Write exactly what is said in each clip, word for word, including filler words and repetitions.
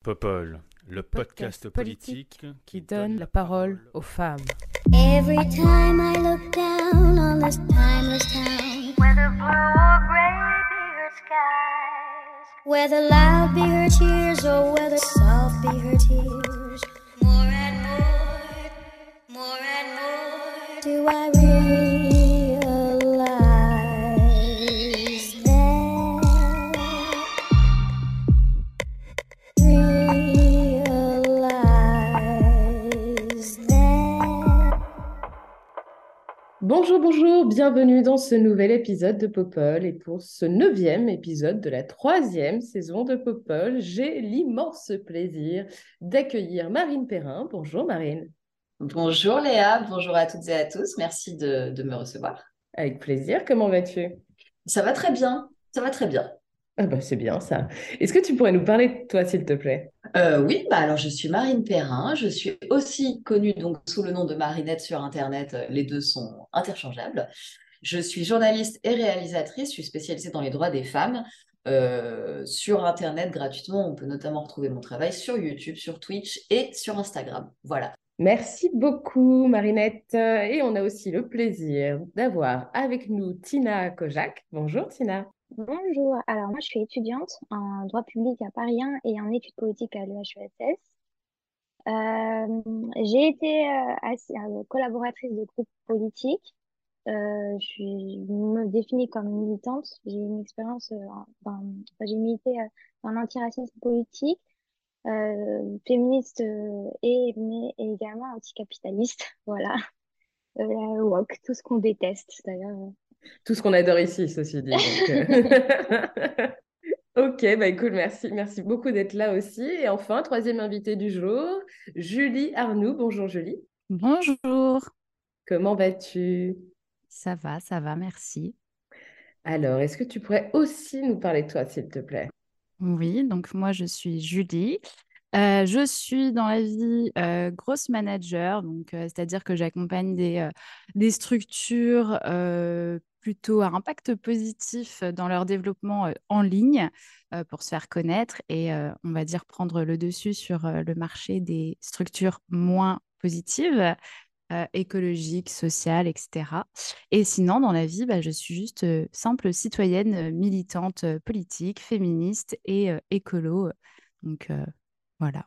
Popol, le podcast Podcast politique politique qui qui donne donne la la parole parole aux aux femmes. Every time I look down on this timeless town, whether blue or gray be her skies, whether loud be her cheers or whether soft be her tears, more and more, more and more do I realize that, realize that. Bonjour, bonjour, bienvenue dans ce nouvel épisode de Popol. Et pour ce neuvième épisode de la troisième saison de Popol, j'ai l'immense plaisir d'accueillir Marine Perrin. Bonjour Marine. Bonjour Léa, bonjour à toutes et à tous, merci de, de me recevoir. Avec plaisir, comment vas-tu? Ça va très bien, ça va très bien. Ah bah c'est bien ça. Est-ce que tu pourrais nous parler de toi s'il te plaît? Euh, oui, bah alors je suis Marine Perrin, je suis aussi connue donc sous le nom de Marinette sur Internet, euh, les deux sont interchangeables. Je suis journaliste et réalisatrice, je suis spécialisée dans les droits des femmes. Euh, sur Internet gratuitement, on peut notamment retrouver mon travail sur YouTube, sur Twitch et sur Instagram. Voilà. Merci beaucoup Marinette. Et on a aussi le plaisir d'avoir avec nous Tina Kojak. Bonjour Tina. Bonjour, alors moi je suis étudiante en droit public à Paris un et en études politiques à l'E H E S S. Euh, j'ai été euh, assi- euh, collaboratrice de groupes politiques. Euh, je suis, je me définis comme militante. J'ai une expérience, euh, en- dans, enfin, j'ai milité euh, dans l'antiracisme politique, euh, féministe euh, et mais également anticapitaliste. Voilà, euh, la woke, tout ce qu'on déteste d'ailleurs. Tout ce qu'on adore ici, ceci dit. Donc, euh. Ok, bah écoute, merci, merci beaucoup d'être là aussi. Et enfin, troisième invité du jour, Julie Arnoux. Bonjour Julie, Bonjour, comment vas-tu? ça va, ça va, merci. Alors, est-ce que tu pourrais aussi nous parler de toi, s'il te plaît? Oui, donc moi je suis Julie. Euh, je suis dans la vie euh, grosse manager, donc euh, c'est-à-dire que j'accompagne des, euh, des structures euh, plutôt à impact positif dans leur développement euh, en ligne euh, pour se faire connaître et euh, on va dire prendre le dessus sur euh, le marché des structures moins positives, euh, écologique, sociale, et cetera. Et sinon, dans la vie, bah, je suis juste euh, simple citoyenne, euh, militante euh, politique, féministe et euh, écolo. Donc euh, voilà,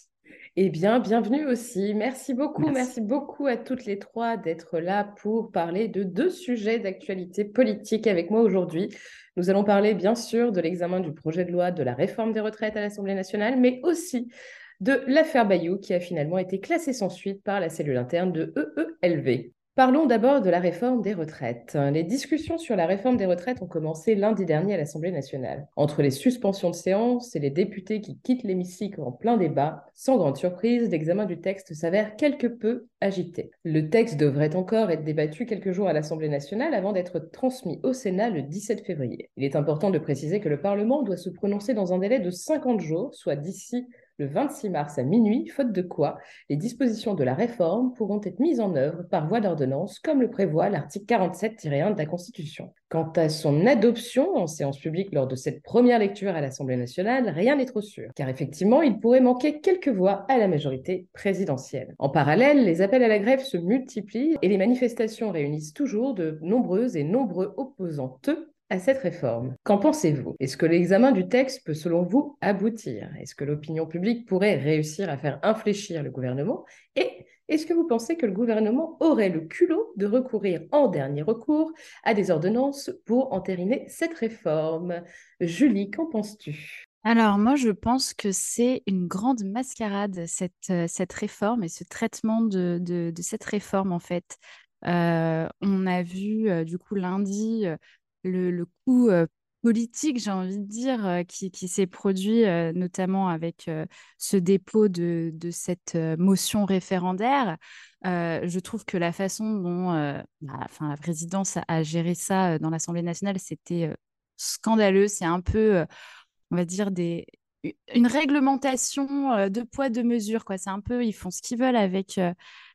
Eh bien, bienvenue aussi. Merci beaucoup, merci. merci beaucoup à toutes les trois d'être là pour parler de deux sujets d'actualité politique avec moi aujourd'hui. Nous allons parler bien sûr de l'examen du projet de loi de la réforme des retraites à l'Assemblée nationale, mais aussi de l'affaire Bayou qui a finalement été classée sans suite par la cellule interne de E E L V. Parlons d'abord de la réforme des retraites. Les discussions sur la réforme des retraites ont commencé lundi dernier à l'Assemblée nationale. Entre les suspensions de séance et les députés qui quittent l'hémicycle en plein débat, sans grande surprise, l'examen du texte s'avère quelque peu agité. Le texte devrait encore être débattu quelques jours à l'Assemblée nationale avant d'être transmis au Sénat le dix-sept février. Il est important de préciser que le Parlement doit se prononcer dans un délai de cinquante jours, soit d'ici le vingt-six mars à minuit, faute de quoi les dispositions de la réforme pourront être mises en œuvre par voie d'ordonnance, comme le prévoit l'article quarante-sept tiret un de la Constitution. Quant à son adoption en séance publique lors de cette première lecture à l'Assemblée nationale, rien n'est trop sûr, car effectivement, il pourrait manquer quelques voix à la majorité présidentielle. En parallèle, les appels à la grève se multiplient et les manifestations réunissent toujours de nombreuses et nombreux opposantes à cette réforme. Qu'en pensez-vous? Est-ce que l'examen du texte peut, selon vous, aboutir? Est-ce que l'opinion publique pourrait réussir à faire infléchir le gouvernement? Et est-ce que vous pensez que le gouvernement aurait le culot de recourir en dernier recours à des ordonnances pour entériner cette réforme? Julie, qu'en penses-tu? Alors moi, je pense que c'est une grande mascarade, cette, euh, cette réforme et ce traitement de, de, de cette réforme, en fait. Euh, on a vu, euh, du coup, lundi, euh, le, le coup euh, politique, j'ai envie de dire, euh, qui, qui s'est produit, euh, notamment avec euh, ce dépôt de, de cette euh, motion référendaire. Euh, je trouve que la façon dont euh, bah, enfin, la présidence a, a géré ça euh, dans l'Assemblée nationale, c'était euh, scandaleux. C'est un peu... euh, on va dire, des, une réglementation euh, de poids, de mesure, quoi. C'est un peu, ils font ce qu'ils veulent avec, euh,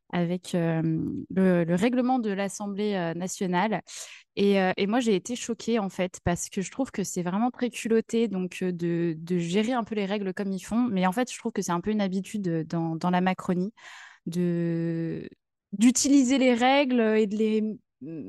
avec euh, le, le règlement de l'Assemblée euh, nationale. Et, euh, et moi, j'ai été choquée, en fait, parce que je trouve que c'est vraiment très culotté donc, euh, de, de gérer un peu les règles comme ils font. Mais en fait, je trouve que c'est un peu une habitude euh, dans, dans la Macronie de, d'utiliser les règles et de les...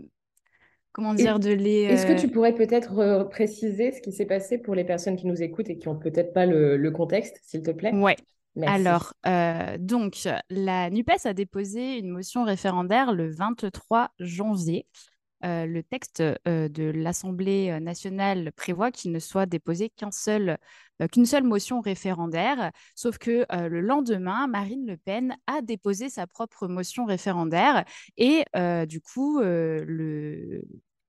Comment dire, Et de les... est-ce que euh, tu pourrais peut-être euh, préciser ce qui s'est passé pour les personnes qui nous écoutent et qui n'ont peut-être pas le, le contexte, s'il te plaît? Ouais. Merci. Alors, euh, donc, la NUPES a déposé une motion référendaire le vingt-trois janvier. Euh, le texte euh, de l'Assemblée nationale prévoit qu'il ne soit déposé qu'un seul, euh, qu'une seule motion référendaire, sauf que euh, le lendemain, Marine Le Pen a déposé sa propre motion référendaire et euh, du coup, euh, le,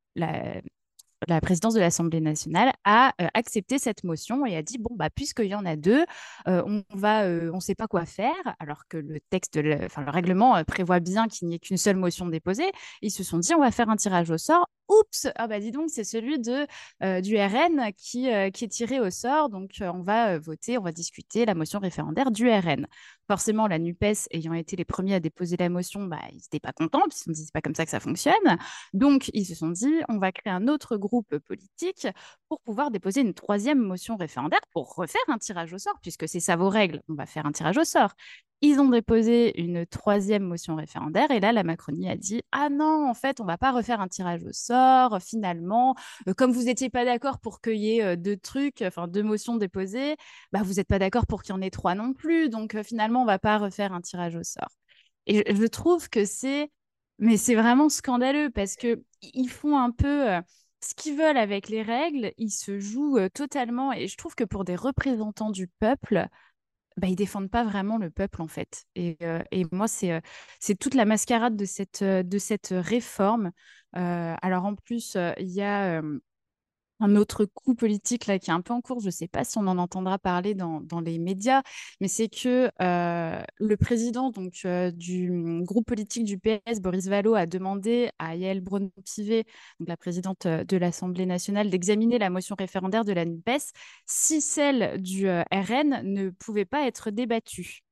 la, la présidence de l'Assemblée nationale a euh, accepté cette motion et a dit bon bah puisqu'il y en a deux, euh, on va, euh, on ne sait pas quoi faire, alors que le texte, de le, enfin le règlement euh, prévoit bien qu'il n'y ait qu'une seule motion déposée. Ils se sont dit on va faire un tirage au sort. Oups, ah bah dis donc c'est celui de euh, du R N qui euh, qui est tiré au sort, donc euh, on va euh, voter, on va discuter la motion référendaire du R N. Forcément, la NUPES ayant été les premiers à déposer la motion, bah, ils n'étaient pas contents, puisqu'ils se sont dit c'est pas comme ça que ça fonctionne. Donc, ils se sont dit, on va créer un autre groupe politique pour pouvoir déposer une troisième motion référendaire pour refaire un tirage au sort, puisque c'est ça vos règles, on va faire un tirage au sort. Ils ont déposé une troisième motion référendaire et là, la Macronie a dit, ah non, en fait, on va pas refaire un tirage au sort, finalement, euh, comme vous n'étiez pas d'accord pour qu'il y ait euh, deux trucs, enfin deux motions déposées, bah, vous n'êtes pas d'accord pour qu'il y en ait trois non plus, donc euh, finalement, on va pas refaire un tirage au sort. Et je, je trouve que c'est mais c'est vraiment scandaleux parce que ils font un peu euh, ce qu'ils veulent avec les règles, ils se jouent euh, totalement et je trouve que pour des représentants du peuple, bah, ils défendent pas vraiment le peuple en fait. Et, euh, et moi, c'est euh, c'est toute la mascarade de cette, euh, de cette réforme. Euh, alors en plus, euh, il y a euh, un autre coup politique là qui est un peu en cours, je ne sais pas si on en entendra parler dans, dans les médias, mais c'est que euh, le président donc, euh, du mm, groupe politique du P S, Boris Vallaud, a demandé à Yael Braun-Pivet, donc la présidente euh, de l'Assemblée nationale, d'examiner la motion référendaire de la NUPES si celle du euh, R N ne pouvait pas être débattue.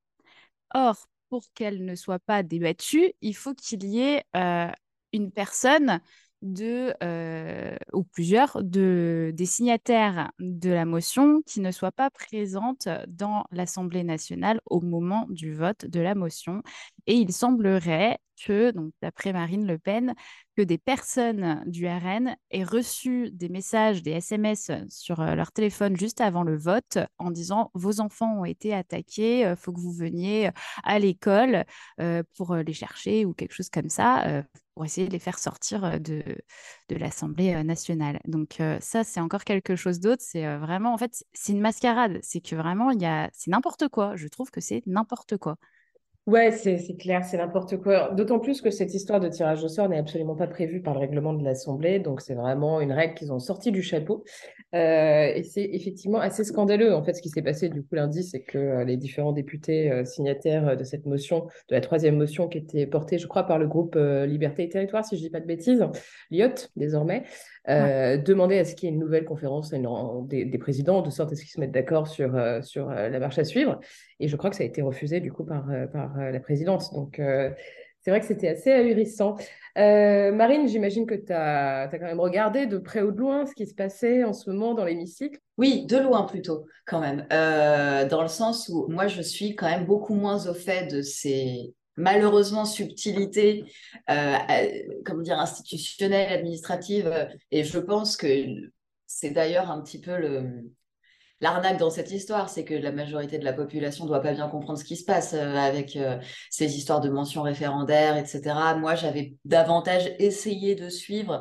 Or, pour qu'elle ne soit pas débattue, il faut qu'il y ait euh, une personne de, euh, ou plusieurs de, des signataires de la motion qui ne soient pas présentes dans l'Assemblée nationale au moment du vote de la motion. Et il semblerait que, donc d'après Marine Le Pen, que des personnes du R N aient reçu des messages, des S M S sur euh, leur téléphone juste avant le vote en disant vos enfants ont été attaqués, il faut que vous veniez à l'école euh, pour euh, les chercher ou quelque chose comme ça, euh, pour essayer de les faire sortir euh, de, de l'Assemblée euh, nationale. Donc euh, ça, c'est encore quelque chose d'autre. C'est euh, vraiment, en fait, c'est une mascarade. C'est que vraiment, il y a, c'est n'importe quoi. Je trouve que c'est n'importe quoi. Ouais, c'est c'est clair, c'est n'importe quoi. D'autant plus que cette histoire de tirage au sort n'est absolument pas prévue par le règlement de l'Assemblée, donc c'est vraiment une règle qu'ils ont sortie du chapeau. Euh, et c'est effectivement assez scandaleux. En fait, ce qui s'est passé du coup lundi, c'est que euh, les différents députés euh, signataires euh, de cette motion, de la troisième motion qui était portée, je crois, par le groupe euh, Liberté et Territoire, si je dis pas de bêtises, l'I O T désormais, Ouais. euh, demandaient à ce qu'il y ait une nouvelle conférence une- des, des présidents, de sorte à ce qu'ils se mettent d'accord sur, euh, sur euh, la marche à suivre. Et je crois que ça a été refusé du coup par, euh, par euh, la présidente. Donc, euh, c'est vrai que c'était assez ahurissant. Euh, Marine, j'imagine que tu as, quand même regardé de près ou de loin ce qui se passait en ce moment dans l'hémicycle. Oui, de loin plutôt, quand même. Euh, dans le sens où moi, je suis quand même beaucoup moins au fait de ces, malheureusement, subtilités, euh, euh, comment dire, institutionnelles, administratives. euh, Et je pense que c'est d'ailleurs un petit peu le, l'arnaque dans cette histoire, c'est que la majorité de la population ne doit pas bien comprendre ce qui se passe euh, avec euh, ces histoires de mentions référendaires, et cetera. Moi, j'avais davantage essayé de suivre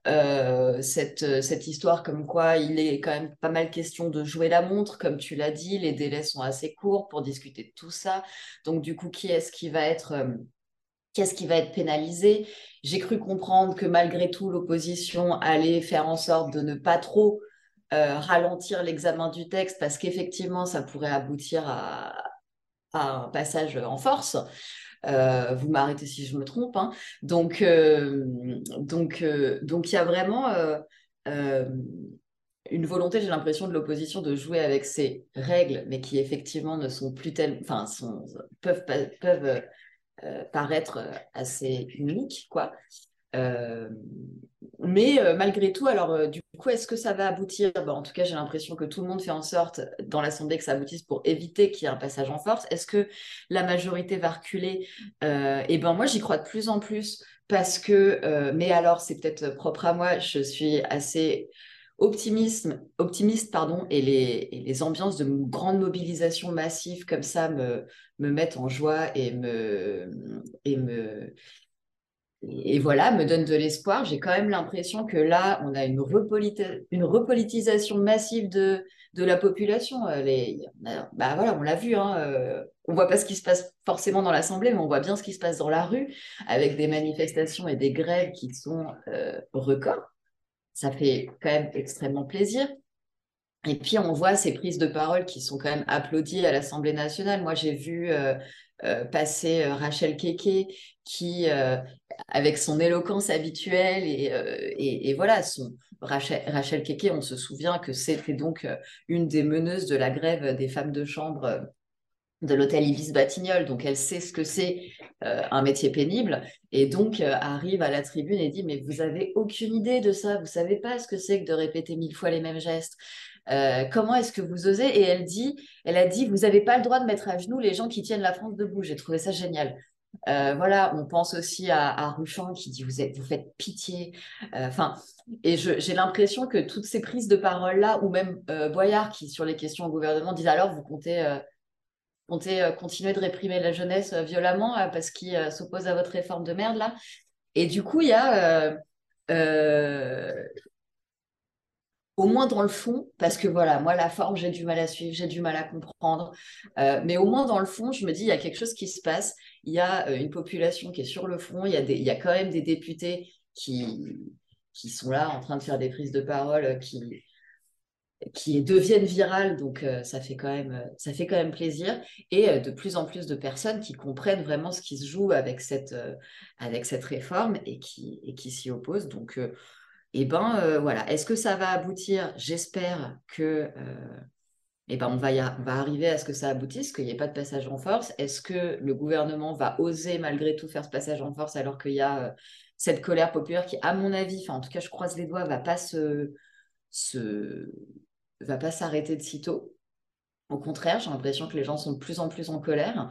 euh, cette, cette histoire comme quoi il est quand même pas mal question de jouer la montre, comme tu l'as dit, les délais sont assez courts pour discuter de tout ça. Donc, du coup, qui est-ce qui va être... euh, Qu'est-ce qui va être pénalisé? J'ai cru comprendre que malgré tout, l'opposition allait faire en sorte de ne pas trop euh, ralentir l'examen du texte parce qu'effectivement, ça pourrait aboutir à, à un passage en force. Euh, vous m'arrêtez si je me trompe, hein. Donc, euh, donc, euh, donc, il y a vraiment euh, euh, une volonté, j'ai l'impression, de l'opposition de jouer avec ces règles, mais qui effectivement ne sont plus telles, enfin, sont, peuvent, pas- peuvent euh, paraître euh, assez unique, quoi. Euh, mais euh, malgré tout, alors euh, du coup, est-ce que ça va aboutir? Bon, en tout cas, j'ai l'impression que tout le monde fait en sorte dans l'Assemblée que ça aboutisse pour éviter qu'il y ait un passage en force. Est-ce que la majorité va reculer? Euh, Et ben moi, j'y crois de plus en plus parce que, euh, mais alors, c'est peut-être propre à moi, je suis assez optimisme, optimiste, pardon, et les, et les ambiances de grande mobilisation massive comme ça me, me mettent en joie et me, et me, et voilà, me donne de l'espoir. J'ai quand même l'impression que là, on a une, repoliti- une repolitisation massive de, de la population. Euh, Les, on a- bah voilà, on l'a vu, hein, euh, on voit pas ce qui se passe forcément dans l'Assemblée, mais on voit bien ce qui se passe dans la rue, avec des manifestations et des grèves qui sont euh, records. Ça fait quand même extrêmement plaisir. Et puis, on voit ces prises de parole qui sont quand même applaudies à l'Assemblée nationale. Moi, j'ai vu euh, euh, passer euh, Rachel Keke qui, euh, avec son éloquence habituelle, et, euh, et, et voilà, son, Rachel, Rachel Keke, on se souvient que c'était donc euh, une des meneuses de la grève des femmes de chambre euh, de l'hôtel Ibis Batignolles, donc elle sait ce que c'est euh, un métier pénible, et donc euh, arrive à la tribune et dit, mais vous avez aucune idée de ça, vous savez pas ce que c'est que de répéter mille fois les mêmes gestes. Euh, comment est-ce que vous osez? Et elle dit, elle a dit, vous n'avez pas le droit de mettre à genoux les gens qui tiennent la France debout. J'ai trouvé ça génial. Euh, voilà, on pense aussi à, à Ruffin qui dit, vous êtes, vous faites pitié. Euh, Enfin, et je- j'ai l'impression que toutes ces prises de parole là, ou même euh, Boyard qui sur les questions au gouvernement disent, alors vous comptez euh, comptez euh, continuer de réprimer la jeunesse euh, violemment euh, parce qu'ils euh, s'opposent à votre réforme de merde là. Et du coup, il y a euh, euh, au moins dans le fond, parce que voilà, moi la forme, j'ai du mal à suivre, j'ai du mal à comprendre, euh, mais au moins dans le fond, je me dis, il y a quelque chose qui se passe, il y a euh, une population qui est sur le front, il y a des, il y a quand même des députés qui, qui sont là en train de faire des prises de parole euh, qui, qui deviennent virales, donc euh, ça fait quand même, euh, ça fait quand même plaisir, et euh, de plus en plus de personnes qui comprennent vraiment ce qui se joue avec cette, euh, avec cette réforme et qui, et qui s'y opposent. Donc, euh, eh ben euh, voilà, est-ce que ça va aboutir? J'espère que euh, eh ben, on va, y a- on va arriver à ce que ça aboutisse, qu'il n'y ait pas de passage en force. Est-ce que le gouvernement va oser malgré tout faire ce passage en force alors qu'il y a euh, cette colère populaire qui, à mon avis, enfin en tout cas je croise les doigts, va pas se, se va pas s'arrêter de sitôt. Au contraire, j'ai l'impression que les gens sont de plus en plus en colère.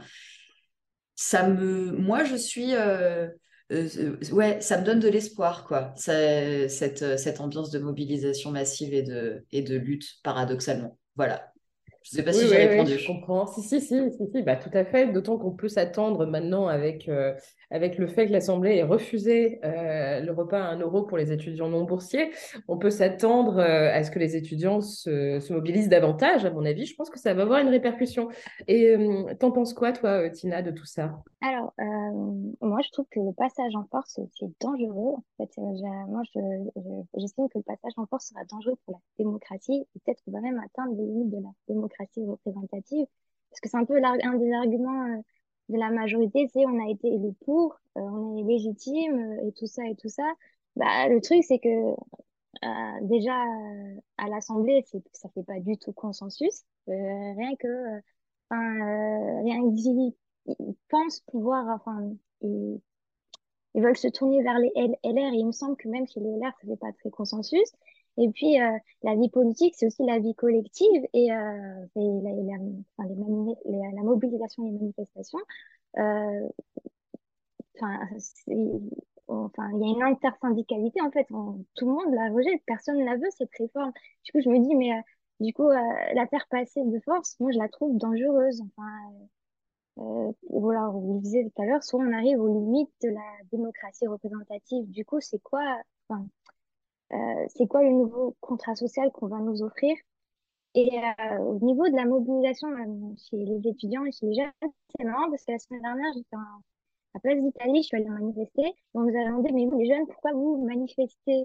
Ça me, moi, je suis, euh, euh, ouais, ça me donne de l'espoir, quoi. Ça- cette, cette ambiance de mobilisation massive et de, et de lutte, paradoxalement. Voilà. Je ne sais pas Oui, si j'ai oui, oui, je répondu. comprends. Si, si, si, si, si, bah, tout à fait. D'autant qu'on peut s'attendre maintenant avec, euh, avec le fait que l'Assemblée ait refusé euh, le repas à un euro pour les étudiants non boursiers. On peut s'attendre euh, à ce que les étudiants se, se mobilisent davantage, à mon avis. Je pense que ça va avoir une répercussion. Et euh, t'en penses quoi, toi, euh, Tina, de tout ça? Alors, euh, moi, je trouve que le passage en force, c'est dangereux. En fait, euh, j'ai- moi, je, je- j'estime que le passage en force sera dangereux pour la démocratie et peut-être qu'on va même atteindre les limites de la démocratie représentative. Parce que c'est un peu l'ar- un des arguments euh, de la majorité, c'est on a été élu pour, euh, on est légitime euh, et tout ça et tout ça. Bah, le truc, c'est que euh, déjà euh, à l'Assemblée, c'est, ça fait pas du tout consensus. Euh, rien que, euh, enfin, euh, rien que d'y- ils pensent pouvoir, enfin, ils, ils veulent se tourner vers les L- LR et il me semble que même chez les L R, ça fait pas très consensus. Et puis, euh, la vie politique, c'est aussi la vie collective et, euh, et la, la, enfin, les mani- les- la mobilisation et les manifestations. Euh, Enfin, c'est- enfin, il y a une intersyndicalité, en fait. On- tout le monde la rejette. Personne ne la veut, cette réforme. Du coup, je me dis, mais euh, du coup, euh, la faire passer de force, moi, je la trouve dangereuse. Enfin, euh, voilà, vous le disiez tout à l'heure, soit on arrive aux limites de la démocratie représentative. Du coup, c'est quoi, enfin, euh, c'est quoi le nouveau contrat social qu'on va nous offrir? Et euh, au niveau de la mobilisation euh, chez les étudiants et chez les jeunes, c'est marrant parce que la semaine dernière, j'étais en à Place d'Italie, je suis allée manifester. Et on nous a demandé, mais vous, les jeunes, pourquoi vous manifestez?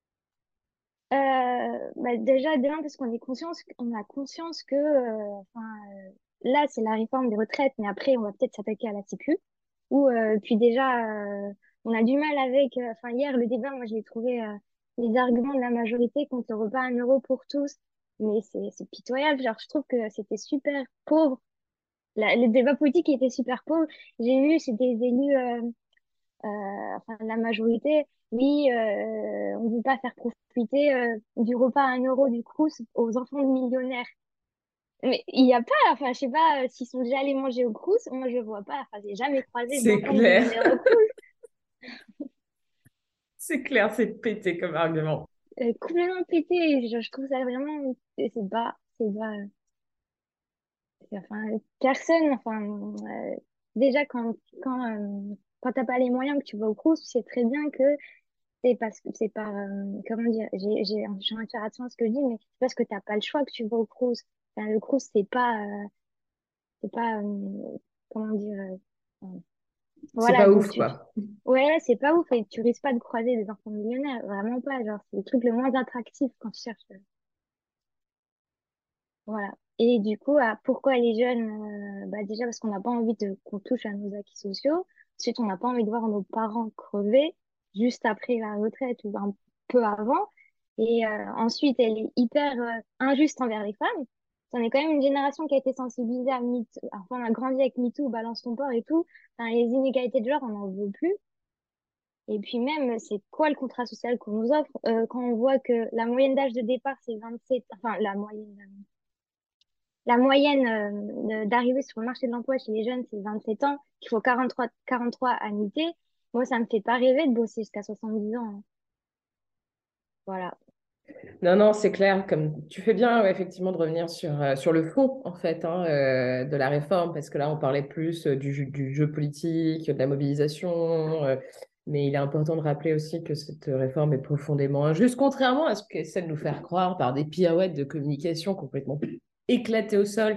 Euh, bah, déjà, d'un, parce qu'on est conscience, on a conscience que, euh, enfin, euh, là, c'est la réforme des retraites, mais après, on va peut-être s'attaquer à la Sécu. Ou, euh, puis déjà, euh, on a du mal avec, euh, enfin, hier, le débat, moi, j'ai trouvé euh, les arguments de la majorité contre le repas à un euro pour tous. Mais c'est c'est pitoyable. Genre, je trouve que c'était super pauvre la- le débat politique était super pauvre. J'ai vu, c'est des élus, euh, euh, enfin, la majorité, oui, euh, on ne veut pas faire profiter euh, du repas à un euro du Crous aux enfants de millionnaires. Mais il n'y a pas, enfin, je sais pas euh, s'ils sont déjà allés manger au Crous. Moi, je vois pas. Enfin, j'ai jamais croisé C'est d'enfants de clair, millionnaires au Crous. c'est clair, c'est pété comme argument. Euh, complètement pété. Je, je trouve ça vraiment, c'est c'est bas, c'est bas. C'est- Enfin, personne, enfin, euh, déjà quand quand euh, quand t'as pas les moyens que tu vas au Crous, tu sais très bien que c'est parce que c'est par euh, comment dire, j'ai j'ai j'ai envie de faire attention à ce que je dis, mais c'est parce que t'as pas le choix que tu vas au Crous. Enfin, le Crous, c'est pas euh, c'est pas euh, comment dire, euh, enfin, C'est voilà, pas donc ouf, tu, tu- quoi. ouais, c'est pas ouf et tu risques pas de croiser des enfants millionnaires, vraiment pas. Genre, c'est le truc le moins attractif quand tu cherches. euh, Voilà. Et du coup, ah, pourquoi les jeunes? euh, bah déjà parce qu'on n'a pas envie de qu'on touche à nos acquis sociaux. Ensuite, on n'a pas envie de voir nos parents crever juste après la retraite ou un peu avant. Et euh, ensuite, elle est hyper euh, injuste envers les femmes. On est quand même une génération qui a été sensibilisée à MeToo. Enfin, on a grandi avec MeToo, Balance ton port et tout. Enfin, les inégalités de genre, on n'en veut plus. Et puis même, c'est quoi le contrat social qu'on nous offre euh, quand on voit que la moyenne d'âge de départ, c'est vingt-sept, enfin la moyenne, la moyenne euh, de- d'arrivée sur le marché de l'emploi chez les jeunes, c'est vingt-sept ans, qu'il faut quarante-trois, quarante-trois annuités. Moi, ça me fait pas rêver de bosser jusqu'à soixante-dix ans, hein. Voilà. Non, non, c'est clair. Comme tu fais bien, ouais, effectivement, de revenir sur, euh, sur le fond, en fait, hein, euh, de la réforme, parce que là, on parlait plus euh, du, jeu- du jeu politique, de la mobilisation, euh, mais il est important de rappeler aussi que cette réforme est profondément injuste, contrairement à ce qu'essaie de nous faire croire par des pirouettes de communication complètement éclatées au sol,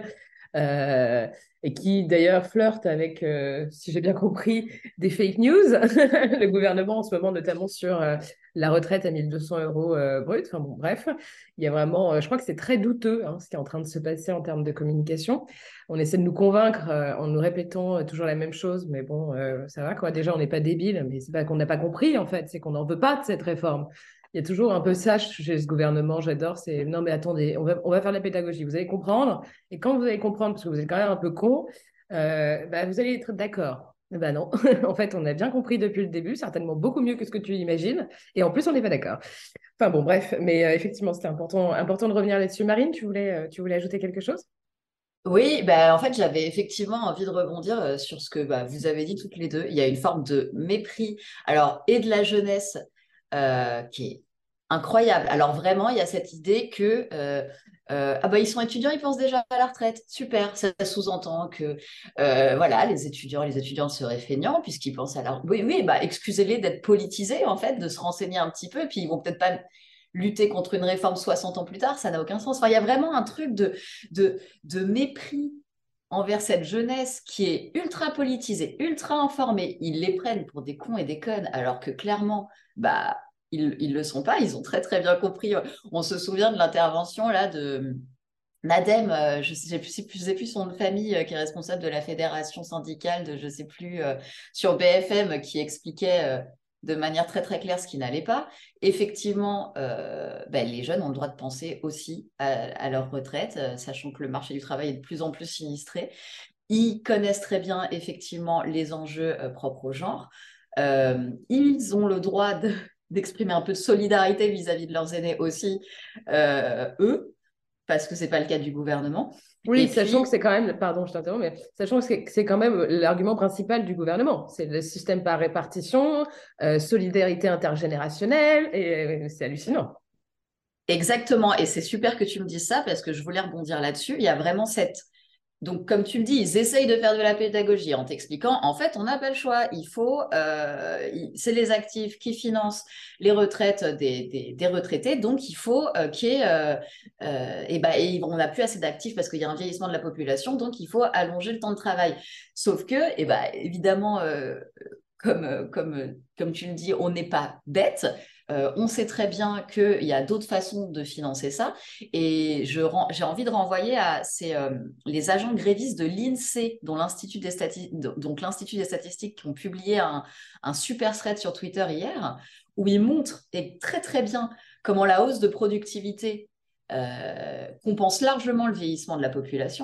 euh, et qui d'ailleurs flirtent avec, euh, si j'ai bien compris, des fake news. Le gouvernement en ce moment, notamment sur euh, la retraite à mille deux cents euros euh, brut. Enfin bon, bref, il y a vraiment, euh, je crois que c'est très douteux hein, ce qui est en train de se passer en termes de communication. On essaie de nous convaincre euh, en nous répétant euh, toujours la même chose, mais bon, euh, ça va quoi. Déjà, on n'est pas débile, mais c'est pas qu'on n'a pas compris en fait, c'est qu'on n'en veut pas de cette réforme. Il y a toujours un peu ça chez ce gouvernement, j'adore, c'est non mais attendez, on va, on va faire de la pédagogie, vous allez comprendre, et quand vous allez comprendre, parce que vous êtes quand même un peu con, euh, bah, vous allez être d'accord. Ben non, en fait, on a bien compris depuis le début, certainement beaucoup mieux que ce que tu imagines, et en plus, on n'est pas d'accord. Enfin bon, bref, mais euh, effectivement, c'était important, important de revenir là-dessus. Marine, tu voulais, euh, tu voulais ajouter quelque chose? Oui, bah, en fait, j'avais effectivement envie de rebondir euh, sur ce que bah, vous avez dit toutes les deux. Il y a une forme de mépris, alors, et de la jeunesse euh, qui est incroyable. Alors, vraiment, il y a cette idée que euh, euh, ah bah, ils sont étudiants, ils pensent déjà à la retraite. Super, ça sous-entend que euh, voilà, les étudiants et les étudiantes seraient feignants puisqu'ils pensent à la... Oui, oui, bah, excusez-les d'être politisés, en fait, de se renseigner un petit peu, et puis ils vont peut-être pas lutter contre une réforme soixante ans plus tard, ça n'a aucun sens. Enfin, il y a vraiment un truc de, de, de mépris envers cette jeunesse qui est ultra politisée, ultra informée. Ils les prennent pour des cons et des connes, alors que clairement, bah, ils ne le sont pas. Ils ont très, très bien compris. On se souvient de l'intervention là de Nadem, euh, je ne sais plus, je sais plus son nom de famille, euh, qui est responsable de la fédération syndicale de, je ne sais plus, euh, sur B F M, qui expliquait euh, de manière très très claire ce qui n'allait pas. Effectivement, euh, ben, les jeunes ont le droit de penser aussi à, à leur retraite, euh, sachant que le marché du travail est de plus en plus sinistré. Ils connaissent très bien effectivement les enjeux euh, propres au genre. Euh, ils ont le droit de- d'exprimer un peu de solidarité vis-à-vis de leurs aînés aussi, euh, eux, parce que c'est pas le cas du gouvernement. Oui, Et sachant que puis, c'est quand même, pardon, je t'interromps, mais sachant que c'est c'est quand même l'argument principal du gouvernement. C'est le système par répartition, euh, solidarité intergénérationnelle, et euh, c'est hallucinant. exactement, et c'est super que tu me dises ça parce que je voulais rebondir là-dessus. Il y a vraiment cette... Donc, comme tu le dis, ils essayent de faire de la pédagogie en t'expliquant, en fait, on n'a pas le choix. Il faut, euh, il- c'est les actifs qui financent les retraites des, des, des retraités, donc il faut euh, qu'il y ait, euh, euh, et ben, et on n'a plus assez d'actifs parce qu'il y a un vieillissement de la population, donc il faut allonger le temps de travail. Sauf que, et ben, évidemment, euh, comme, euh, comme, euh, comme tu le dis, on n'est pas bête. Euh, on sait très bien qu'il y a d'autres façons de financer ça. Et je ren- j'ai envie de renvoyer à ces, euh, les agents grévistes de l'INSEE, dont l'Institut des, stati- donc l'Institut des statistiques, qui ont publié un, un super thread sur Twitter hier, où ils montrent et très très bien comment la hausse de productivité euh, compense largement le vieillissement de la population.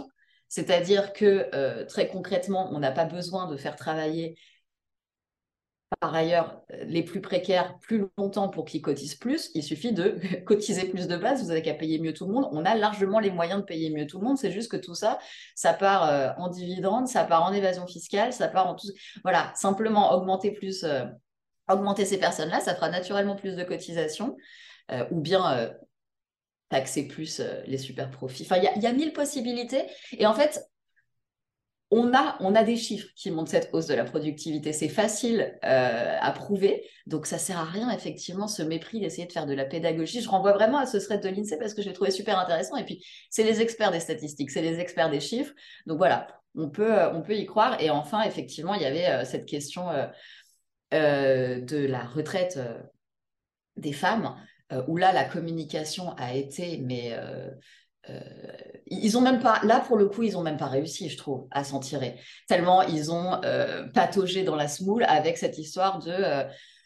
C'est-à-dire que euh, très concrètement, on n'a pas besoin de faire travailler par ailleurs les plus précaires plus longtemps pour qu'ils cotisent plus. Il suffit de cotiser plus de base, vous n'avez qu'à payer mieux tout le monde. On a largement les moyens de payer mieux tout le monde. C'est juste que tout ça, ça part euh, en dividendes, ça part en évasion fiscale, ça part en tout. Voilà, simplement augmenter plus, euh, augmenter ces personnes-là, ça fera naturellement plus de cotisations, euh, ou bien euh, taxer plus euh, les super profits. Enfin, il y a, y a mille possibilités. Et en fait, on a, on a des chiffres qui montrent cette hausse de la productivité. C'est facile euh, à prouver. Donc, ça ne sert à rien, effectivement, ce mépris d'essayer de faire de la pédagogie. Je renvoie vraiment à ce thread de l'INSEE parce que je l'ai trouvé super intéressant. Et puis, c'est les experts des statistiques, c'est les experts des chiffres. Donc, voilà, on peut, euh, on peut y croire. Et enfin, effectivement, il y avait euh, cette question euh, euh, de la retraite euh, des femmes, euh, où là, la communication a été, mais... Euh, euh, ils ont même pas, là pour le coup, ils ont même pas réussi, je trouve, à s'en tirer. Tellement ils ont euh, pataugé dans la semoule avec cette histoire de euh,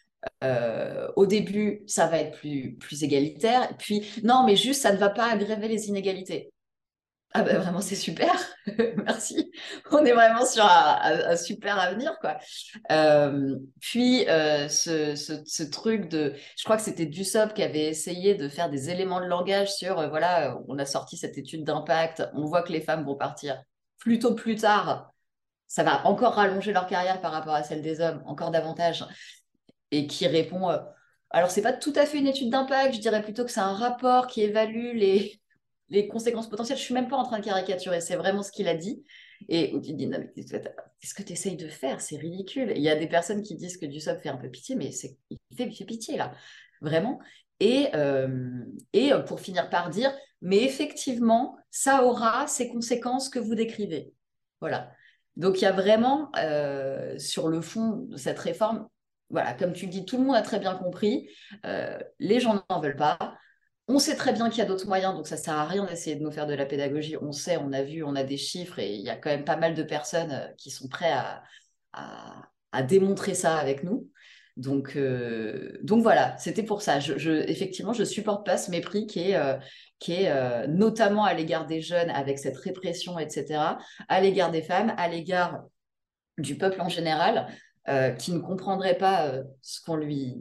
euh, au début, ça va être plus, plus égalitaire, puis non, mais juste ça ne va pas aggraver les inégalités. Ah ben vraiment, c'est super. Merci. On est vraiment sur un, un- un super avenir, quoi. Euh, puis, euh, ce, ce- ce truc de... Je crois que c'était Dussopt qui avait essayé de faire des éléments de langage sur... euh, voilà, euh, on a sorti cette étude d'impact. On voit que les femmes vont partir plutôt plus tard. Ça va encore rallonger leur carrière par rapport à celle des hommes, encore davantage. Et qui répond... euh, alors, c'est pas tout à fait une étude d'impact. Je dirais plutôt que c'est un rapport qui évalue les les conséquences potentielles. Je suis même pas en train de caricaturer, c'est vraiment ce qu'il a dit. Et où tu te dis, non, mais qu'est-ce que tu essayes de faire? C'est ridicule. Il y a des personnes qui disent que Dussopt fait un peu pitié, mais c'est, il fait, il fait pitié, là. Vraiment. Et, euh, et pour finir par dire, mais effectivement, ça aura ces conséquences que vous décrivez. Voilà. Donc, il y a vraiment, euh, sur le fond de cette réforme, voilà, comme tu le dis, tout le monde a très bien compris. Euh, les gens n'en veulent pas. On sait très bien qu'il y a d'autres moyens, donc ça ne sert à rien d'essayer de nous faire de la pédagogie. On sait, on a vu, on a des chiffres et il y a quand même pas mal de personnes euh, qui sont prêtes à, à- à démontrer ça avec nous. Donc, euh, donc voilà, c'était pour ça. Je, je- effectivement, je ne supporte pas ce mépris qui est, euh, qui est euh, notamment à l'égard des jeunes avec cette répression, et cetera, à l'égard des femmes, à l'égard du peuple en général, euh, qui ne comprendrait pas euh, ce qu'on lui,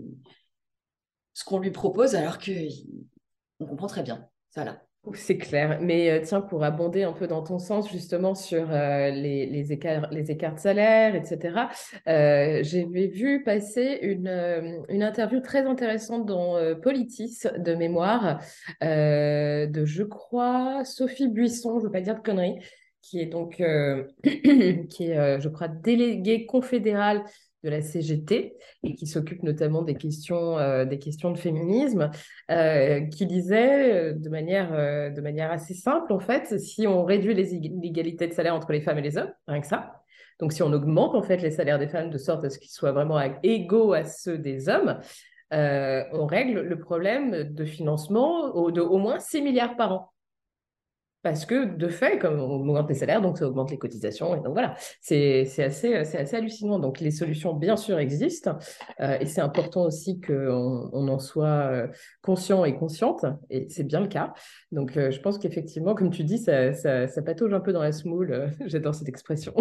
ce qu'on lui propose alors que on comprend très bien. Voilà. C'est clair. Mais euh, tiens, pour abonder un peu dans ton sens, justement, sur euh, les, les écarts, les écarts de salaire, et cetera, euh, j'ai vu passer une, euh, une interview très intéressante dans euh, Politis, de mémoire, euh, de, je crois, Sophie Buisson, je ne veux pas dire de conneries, qui est donc, euh, qui est, euh, je crois, déléguée confédérale de la C G T et qui s'occupe notamment des questions, euh, des questions de féminisme, euh, qui disait euh, de manière, euh, de manière assez simple, en fait, si on réduit les inégalités de salaire entre les femmes et les hommes, rien que ça, donc si on augmente en fait les salaires des femmes de sorte à ce qu'ils soient vraiment égaux à ceux des hommes, euh, on règle le problème de financement au- de au moins six milliards par an. Parce que de fait, comme on augmente les salaires, donc ça augmente les cotisations. Et donc voilà, c'est c'est assez, c'est assez hallucinant. Donc les solutions, bien sûr, existent. Euh, et c'est important aussi qu'on on en soit euh, conscient et consciente. Et c'est bien le cas. Donc euh, je pense qu'effectivement, comme tu dis, ça, ça, ça patauge un peu dans la semoule. J'adore cette expression.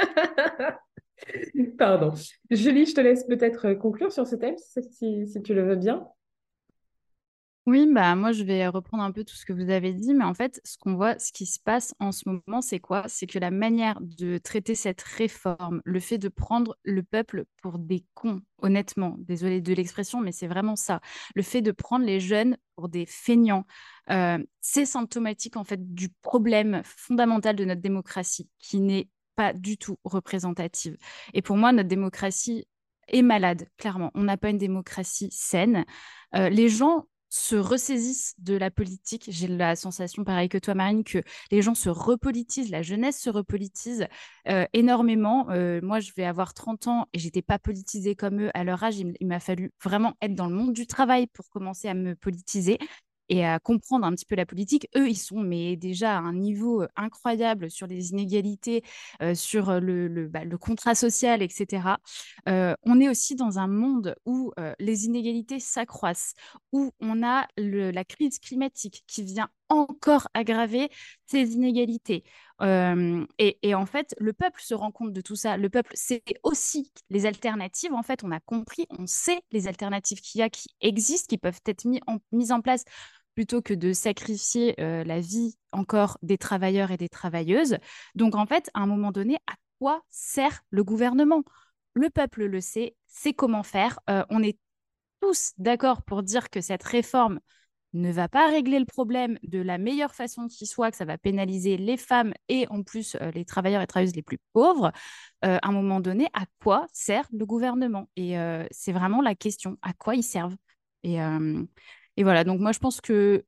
Pardon. Julie, je te laisse peut-être conclure sur ce thème, si, si si tu le veux bien. Oui, bah moi je vais reprendre un peu tout ce que vous avez dit, mais en fait, ce qu'on voit, ce qui se passe en ce moment, c'est quoi? C'est que la manière de traiter cette réforme, le fait de prendre le peuple pour des cons, honnêtement, désolée de l'expression, mais c'est vraiment ça. Le fait de prendre les jeunes pour des feignants, euh, c'est symptomatique en fait du problème fondamental de notre démocratie, qui n'est pas du tout représentative. Et pour moi, notre démocratie est malade, clairement. On n'a pas une démocratie saine. Euh, les gens se ressaisissent de la politique. J'ai la sensation, pareil que toi, Marine, que les gens se repolitisent, la jeunesse se repolitise euh, énormément. Euh, moi, je vais avoir trente ans et j'étais pas politisée comme eux à leur âge. Il, il m'a fallu vraiment être dans le monde du travail pour commencer à me politiser et à comprendre un petit peu la politique. Eux, ils sont mais déjà à un niveau euh, incroyable sur les inégalités, euh, sur euh, le, le, bah, le contrat social, et cetera. Euh, on est aussi dans un monde où euh, les inégalités s'accroissent, où on a le- la crise climatique qui vient encore aggraver ces inégalités. Euh, et, et en fait, le peuple se rend compte de tout ça. Le peuple sait aussi les alternatives. En fait, on a compris, on sait les alternatives qu'il y a, qui existent, qui peuvent être mis en, mises en place plutôt que de sacrifier euh, la vie encore des travailleurs et des travailleuses. Donc, en fait, à un moment donné, à quoi sert le gouvernement? Le peuple le sait, sait comment faire. Euh, on est tous d'accord pour dire que cette réforme ne va pas régler le problème de la meilleure façon qui soit, que ça va pénaliser les femmes et en plus euh, les travailleurs et travailleuses les plus pauvres, euh, à un moment donné, à quoi sert le gouvernement? Et euh, c'est vraiment la question, à quoi ils servent? Et, euh, et voilà, donc moi je pense que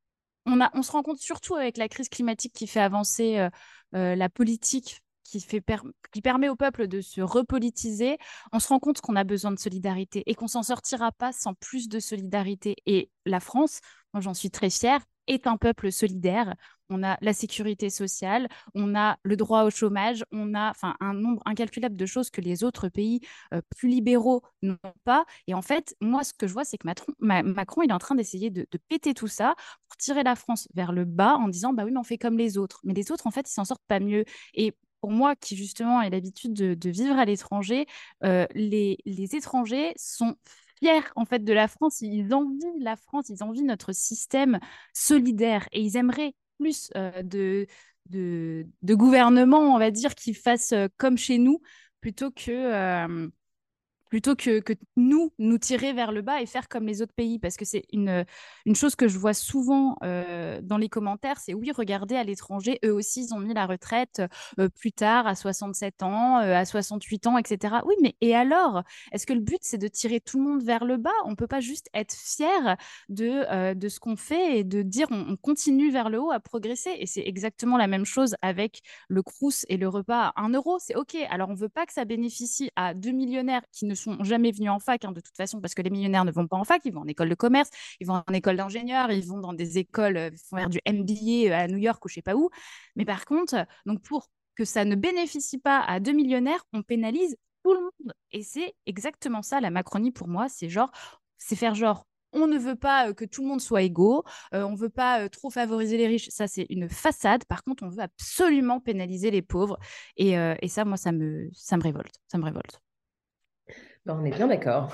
on a, on se rend compte surtout avec la crise climatique qui fait avancer euh, euh, la politique, qui fait per- qui permet au peuple de se repolitiser, on se rend compte qu'on a besoin de solidarité et qu'on s'en sortira pas sans plus de solidarité. Et la France, moi j'en suis très fière, est un peuple solidaire. On a la sécurité sociale, on a le droit au chômage, on a enfin un nombre incalculable de choses que les autres pays euh, plus libéraux n'ont pas. Et en fait, moi, ce que je vois, c'est que Macron, Ma- Macron, il est en train d'essayer de, de péter tout ça pour tirer la France vers le bas en disant, bah oui, mais on fait comme les autres. Mais les autres, en fait, ils s'en sortent pas mieux. Et pour moi, qui justement ai l'habitude de, de vivre à l'étranger, euh, les, les étrangers sont fiers en fait de la France, ils envient la France, ils envient notre système solidaire et ils aimeraient plus euh, de, de, de gouvernement, on va dire, qui fassent euh, comme chez nous, plutôt que, euh, plutôt que, que nous, nous tirer vers le bas et faire comme les autres pays. Parce que c'est une, une chose que je vois souvent euh, dans les commentaires, c'est oui, regardez à l'étranger, eux aussi, ils ont mis la retraite euh, plus tard, à soixante-sept ans, euh, à soixante-huit ans, et cetera. Oui, mais et alors? Est-ce que le but, c'est de tirer tout le monde vers le bas? On ne peut pas juste être fier de, euh, de ce qu'on fait et de dire on, on continue vers le haut à progresser. Et c'est exactement la même chose avec le crous et le repas à un euro. C'est OK. Alors, on ne veut pas que ça bénéficie à deux millionnaires qui ne sont jamais venus en fac, hein, de toute façon, parce que les millionnaires ne vont pas en fac, ils vont en école de commerce, ils vont en école d'ingénieur, ils vont dans des écoles, euh, faire du M B A à New York ou je sais pas où. Mais par contre, donc pour que ça ne bénéficie pas à deux millionnaires, on pénalise tout le monde. Et c'est exactement ça, la Macronie, pour moi, c'est genre, c'est faire genre, on ne veut pas euh, que tout le monde soit égaux, euh, on ne veut pas euh, trop favoriser les riches, ça c'est une façade. Par contre, on veut absolument pénaliser les pauvres. Et, euh, et ça, moi, ça me, ça me révolte. Ça me révolte. Ben, on est bien d'accord.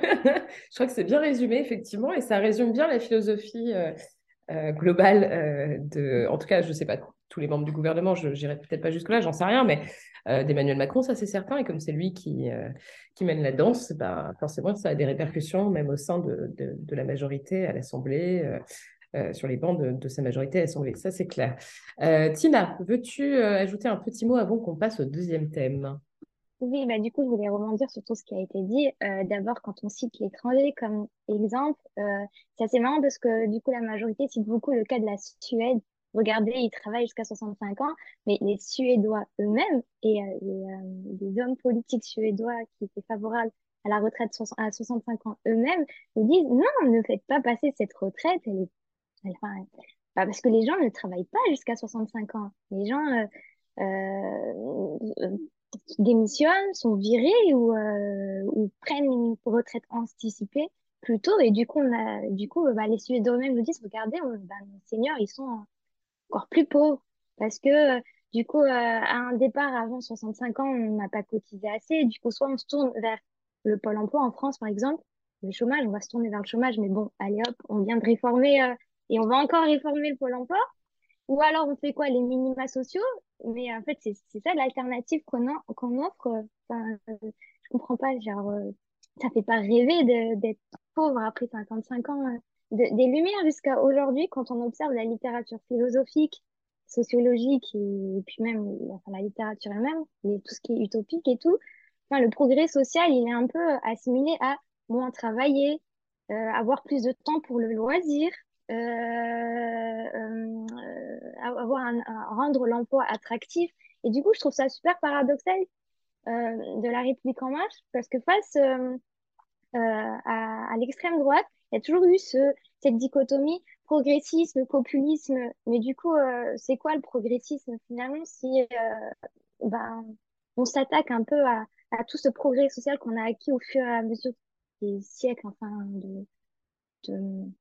Je crois que c'est bien résumé, effectivement, et ça résume bien la philosophie euh, euh, globale euh, de, en tout cas, je ne sais pas tous les membres du gouvernement, je n'irai peut-être pas jusque-là, j'en sais rien, mais euh, d'Emmanuel Macron, ça c'est certain, et comme c'est lui qui, euh, qui mène la danse, ben, forcément, ça a des répercussions, même au sein de, de, de la majorité à l'Assemblée, euh, euh, sur les bancs de, de sa majorité à l'Assemblée, ça c'est clair. Euh, Tina, veux-tu euh, ajouter un petit mot avant qu'on passe au deuxième thème? Oui, bah du coup, je voulais rebondir sur tout ce qui a été dit. Euh, d'abord, quand on cite l'étranger comme exemple, euh, c'est assez marrant parce que du coup, la majorité cite beaucoup le cas de la Suède. Regardez, ils travaillent jusqu'à soixante-cinq ans, mais les Suédois eux-mêmes et euh, les, euh, les hommes politiques suédois qui étaient favorables à la retraite soix- à soixante-cinq ans eux-mêmes nous disent non, ne faites pas passer cette retraite. Elle est, elle- enfin, bah, parce que les gens ne travaillent pas jusqu'à soixante-cinq ans. Les gens euh, euh, démissionnent, sont virés ou, euh, ou prennent une retraite anticipée plus tôt. Et du coup, on a, du coup bah, les Suédois eux-mêmes nous disent, regardez, on, bah, nos seniors, ils sont encore plus pauvres. Parce que euh, du coup, euh, à un départ avant soixante-cinq ans, on n'a pas cotisé assez. Du coup, soit on se tourne vers le Pôle emploi en France, par exemple, le chômage, on va se tourner vers le chômage. Mais bon, allez hop, on vient de réformer euh, et on va encore réformer le Pôle emploi. Ou alors on fait quoi? Les minima sociaux? Mais en fait, c'est c'est ça l'alternative qu'on en- qu'on offre. Enfin, euh, je comprends pas, genre, euh, ça fait pas rêver de- d'être pauvre après cinquante-cinq ans. euh, de- des Lumières jusqu'à aujourd'hui, quand on observe la littérature philosophique, sociologique et, puis même enfin, la littérature elle-même, et tout ce qui est utopique et tout, enfin, le progrès social, il est un peu assimilé à moins travailler, euh, avoir plus de temps pour le loisir, euh, euh, euh, avoir un, un- rendre l'emploi attractif. Et du coup, je trouve ça super paradoxal euh, de la République en marche, parce que face euh, euh, à, à l'extrême droite, il y a toujours eu ce, cette dichotomie progressisme, populisme. Mais du coup, euh, c'est quoi le progressisme finalement si euh, ben, on s'attaque un peu à, à tout ce progrès social qu'on a acquis au fur et à mesure des siècles, enfin, de, de,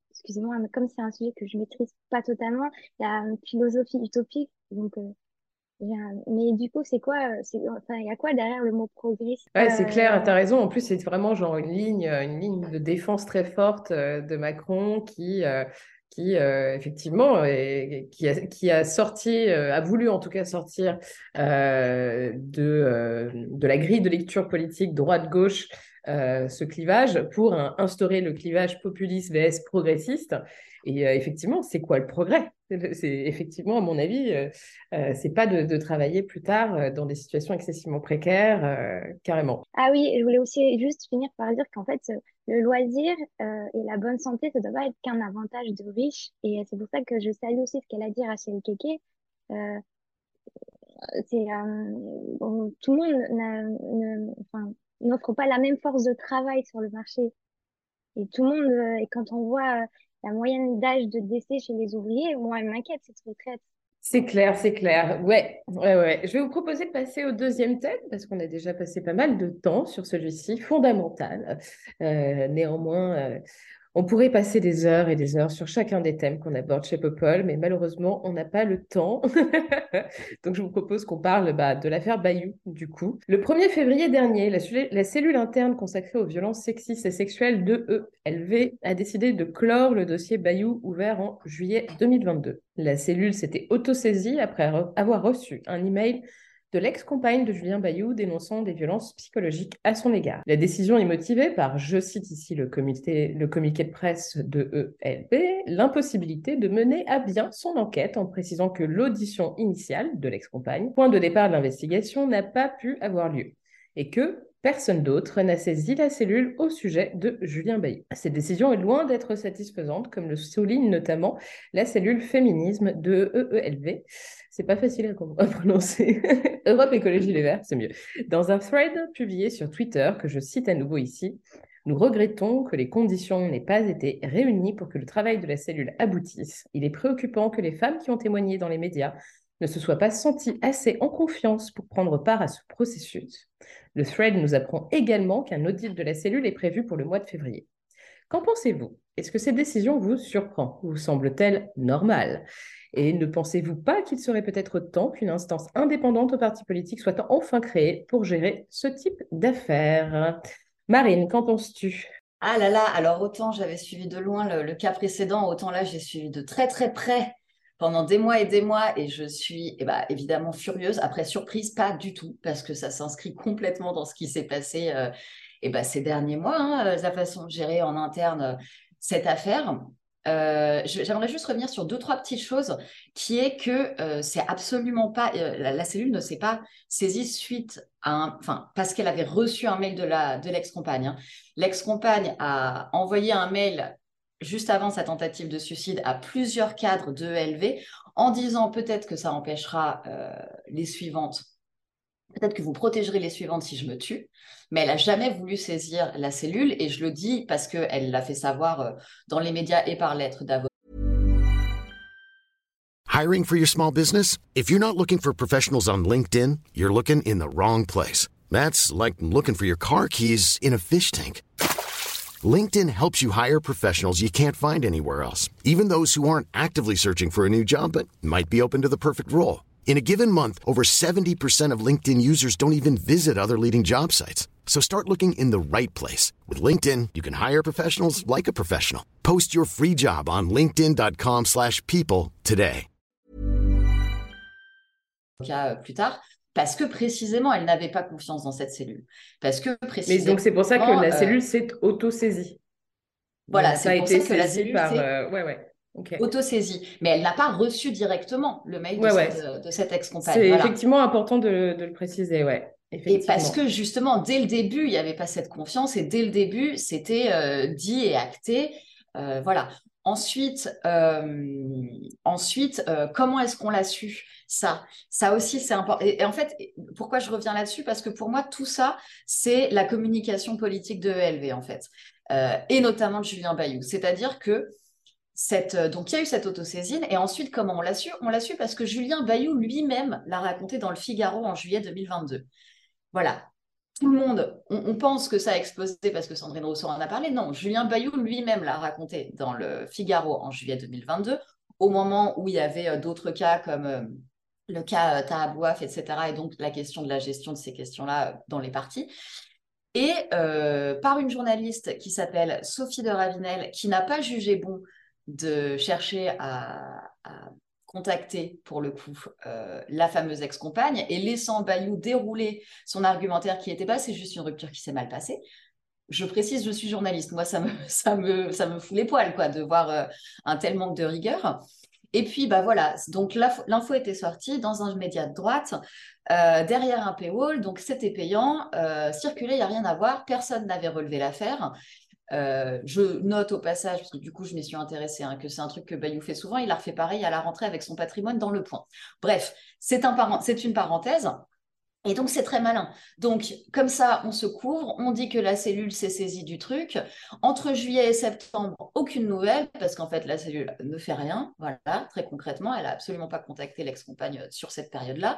excusez-moi, mais comme c'est un sujet que je maîtrise pas totalement, il y a une philosophie utopique. Donc, euh, j'ai un- mais du coup, c'est quoi, euh, c'est, enfin, il y a quoi derrière le mot progressiste? Ouais, c'est clair, tu Euh, as raison. En plus, c'est vraiment genre une ligne, une ligne de défense très forte euh, de Macron qui, euh, qui euh, effectivement, est- qui a, qui a sorti, euh, a voulu en tout cas sortir euh, de, euh, de la grille de lecture politique droite-gauche euh, ce clivage pour un- instaurer le clivage populiste vs progressiste. Et euh, effectivement, c'est quoi le progrès? C'est effectivement, à mon avis, euh, euh, c'est pas de, de travailler plus tard euh, dans des situations excessivement précaires, euh, carrément. Ah oui, je voulais aussi juste finir par dire qu'en fait, euh, le loisir euh, et la bonne santé, ça ne doit pas être qu'un avantage de riche. Et euh, c'est pour ça que je salue aussi ce qu'elle a dit, Rachel Keke. Euh, c'est, euh, bon, tout le monde n'a- ne- enfin, n'offre pas la même force de travail sur le marché. Et tout le monde, euh, et quand on voit euh, la moyenne d'âge de décès chez les ouvriers, moi, elle m'inquiète, cette retraite. C'est clair, c'est clair. Ouais, ouais, ouais. Je vais vous proposer de passer au deuxième thème parce qu'on a déjà passé pas mal de temps sur celui-ci, fondamental. Euh, néanmoins, euh, on pourrait passer des heures et des heures sur chacun des thèmes qu'on aborde chez Popol, mais malheureusement, on n'a pas le temps. Donc, je vous propose qu'on parle bah, de l'affaire Bayou, du coup. Le premier février dernier, la, la cellule interne consacrée aux violences sexistes et sexuelles de E L V a décidé de clore le dossier Bayou ouvert en juillet deux mille vingt-deux. La cellule s'était autosaisie après avoir reçu un email de l'ex-compagne de Julien Bayou dénonçant des violences psychologiques à son égard. La décision est motivée par, je cite ici le, comité, le communiqué de presse de E L V, l'impossibilité de mener à bien son enquête en précisant que l'audition initiale de l'ex-compagne, point de départ de l'investigation, n'a pas pu avoir lieu et que personne d'autre n'a saisi la cellule au sujet de Julien Bayou. Cette décision est loin d'être satisfaisante, comme le souligne notamment la cellule féminisme de E E L V. C'est pas facile à, à prononcer. Europe Écologie Les Verts, c'est mieux. Dans un thread publié sur Twitter, que je cite à nouveau ici, nous regrettons que les conditions n'aient pas été réunies pour que le travail de la cellule aboutisse. Il est préoccupant que les femmes qui ont témoigné dans les médias ne se soient pas senties assez en confiance pour prendre part à ce processus. Le thread nous apprend également qu'un audit de la cellule est prévu pour le mois de février. Qu'en pensez-vous? Est-ce que cette décision vous surprend? Vous semble-t-elle normale? Et ne pensez-vous pas qu'il serait peut-être temps qu'une instance indépendante au parti politique soit enfin créée pour gérer ce type d'affaires? Marine, qu'en penses-tu? Ah là là, alors autant j'avais suivi de loin le, le cas précédent, autant là j'ai suivi de très très près pendant des mois et des mois et je suis eh ben, évidemment furieuse. Après, surprise, pas du tout, parce que ça s'inscrit complètement dans ce qui s'est passé euh, eh ben, ces derniers mois, hein, la façon de gérer en interne euh, cette affaire. Euh, je- j'aimerais juste revenir sur deux, trois petites choses, qui est que euh, c'est absolument pas, euh, la, la cellule ne s'est pas saisie suite à un, enfin, parce qu'elle avait reçu un mail de la, de l'ex-compagne, hein. L'ex-compagne a envoyé un mail juste avant sa tentative de suicide à plusieurs cadres de E L V en disant peut-être que ça empêchera euh, les suivantes, peut-être que vous protégerez les suivantes si je me tue, mais elle n'a jamais voulu saisir la cellule et je le dis parce qu'elle l'a fait savoir euh, dans les médias et par lettre d'avocat. Hiring for your small business? If you're not looking for professionals on LinkedIn, you're looking in the wrong place. That's like looking for your car keys in a fish tank. LinkedIn helps you hire professionals you can't find anywhere else, even those who aren't actively searching for a new job but might be open to the perfect role. In a given month, over seventy percent of LinkedIn users don't even visit other leading job sites. So start looking in the right place. With LinkedIn, you can hire professionals like a professional. Post your free job on linkedin dot com slash people today. Plus tard, parce que précisément, elle n'avait pas confiance dans cette cellule. Parce que précisément... Mais donc, c'est pour ça que la euh, cellule s'est auto-saisie. Voilà, Elle n'a c'est pas pour été ça que la saisie cellule par... s'est euh, Ouais, ouais. Ok. auto-saisie. Mais elle n'a pas reçu directement le mail de Ouais, cette, ouais. euh, de cette ex-compagne. C'est Voilà. effectivement important de, de le préciser, ouais. Et parce Effectivement. que justement, dès le début, il n'y avait pas cette confiance et dès le début, c'était euh, dit et acté. Euh, voilà. Ensuite, euh, ensuite euh, comment est-ce qu'on l'a su? Ça, ça aussi, c'est important. Et, et en fait, pourquoi je reviens là-dessus? Parce que pour moi, tout ça, c'est la communication politique de E L V, en fait. Euh, et notamment de Julien Bayou. C'est-à-dire que Cette, donc, il y a eu cette autosaisine. Et ensuite, comment on l'a su? On l'a su parce que Julien Bayou lui-même l'a raconté dans le Figaro en juillet deux mille vingt-deux. Voilà. tout le monde, on, on pense que ça a explosé parce que Sandrine Rousseau en a parlé. Non, Julien Bayou lui-même l'a raconté dans le Figaro en juillet deux mille vingt-deux, au moment où il y avait euh, d'autres cas comme euh, le cas euh, Taha Bouaf, et cetera. Et donc la question de la gestion de ces questions-là euh, dans les partis. Et euh, par une journaliste qui s'appelle Sophie de Ravinel, qui n'a pas jugé bon de chercher à, à contacter, pour le coup, euh, la fameuse ex-compagne, et laissant Bayou dérouler son argumentaire qui était pas, c'est juste une rupture qui s'est mal passée. Je précise, je suis journaliste. Moi, ça me, ça me, ça me fout les poils, quoi, de voir euh, un tel manque de rigueur. Et puis, bah voilà, donc l'info était sortie dans un média de droite, euh, derrière un paywall, donc c'était payant, euh, circulait, il n'y a rien à voir, personne n'avait relevé l'affaire. Euh, je note au passage, parce que du coup je m'y suis intéressée, hein, que c'est un truc que Bayou fait souvent, il a refait pareil à la rentrée avec son patrimoine dans Le Point. Bref, c'est un, c'est une parenthèse. Et donc, c'est très malin. Donc, comme ça, on se couvre, on dit que la cellule s'est saisie du truc. Entre juillet et septembre, aucune nouvelle, parce qu'en fait, la cellule ne fait rien. Voilà, très concrètement, elle n'a absolument pas contacté l'ex-compagne sur cette période-là.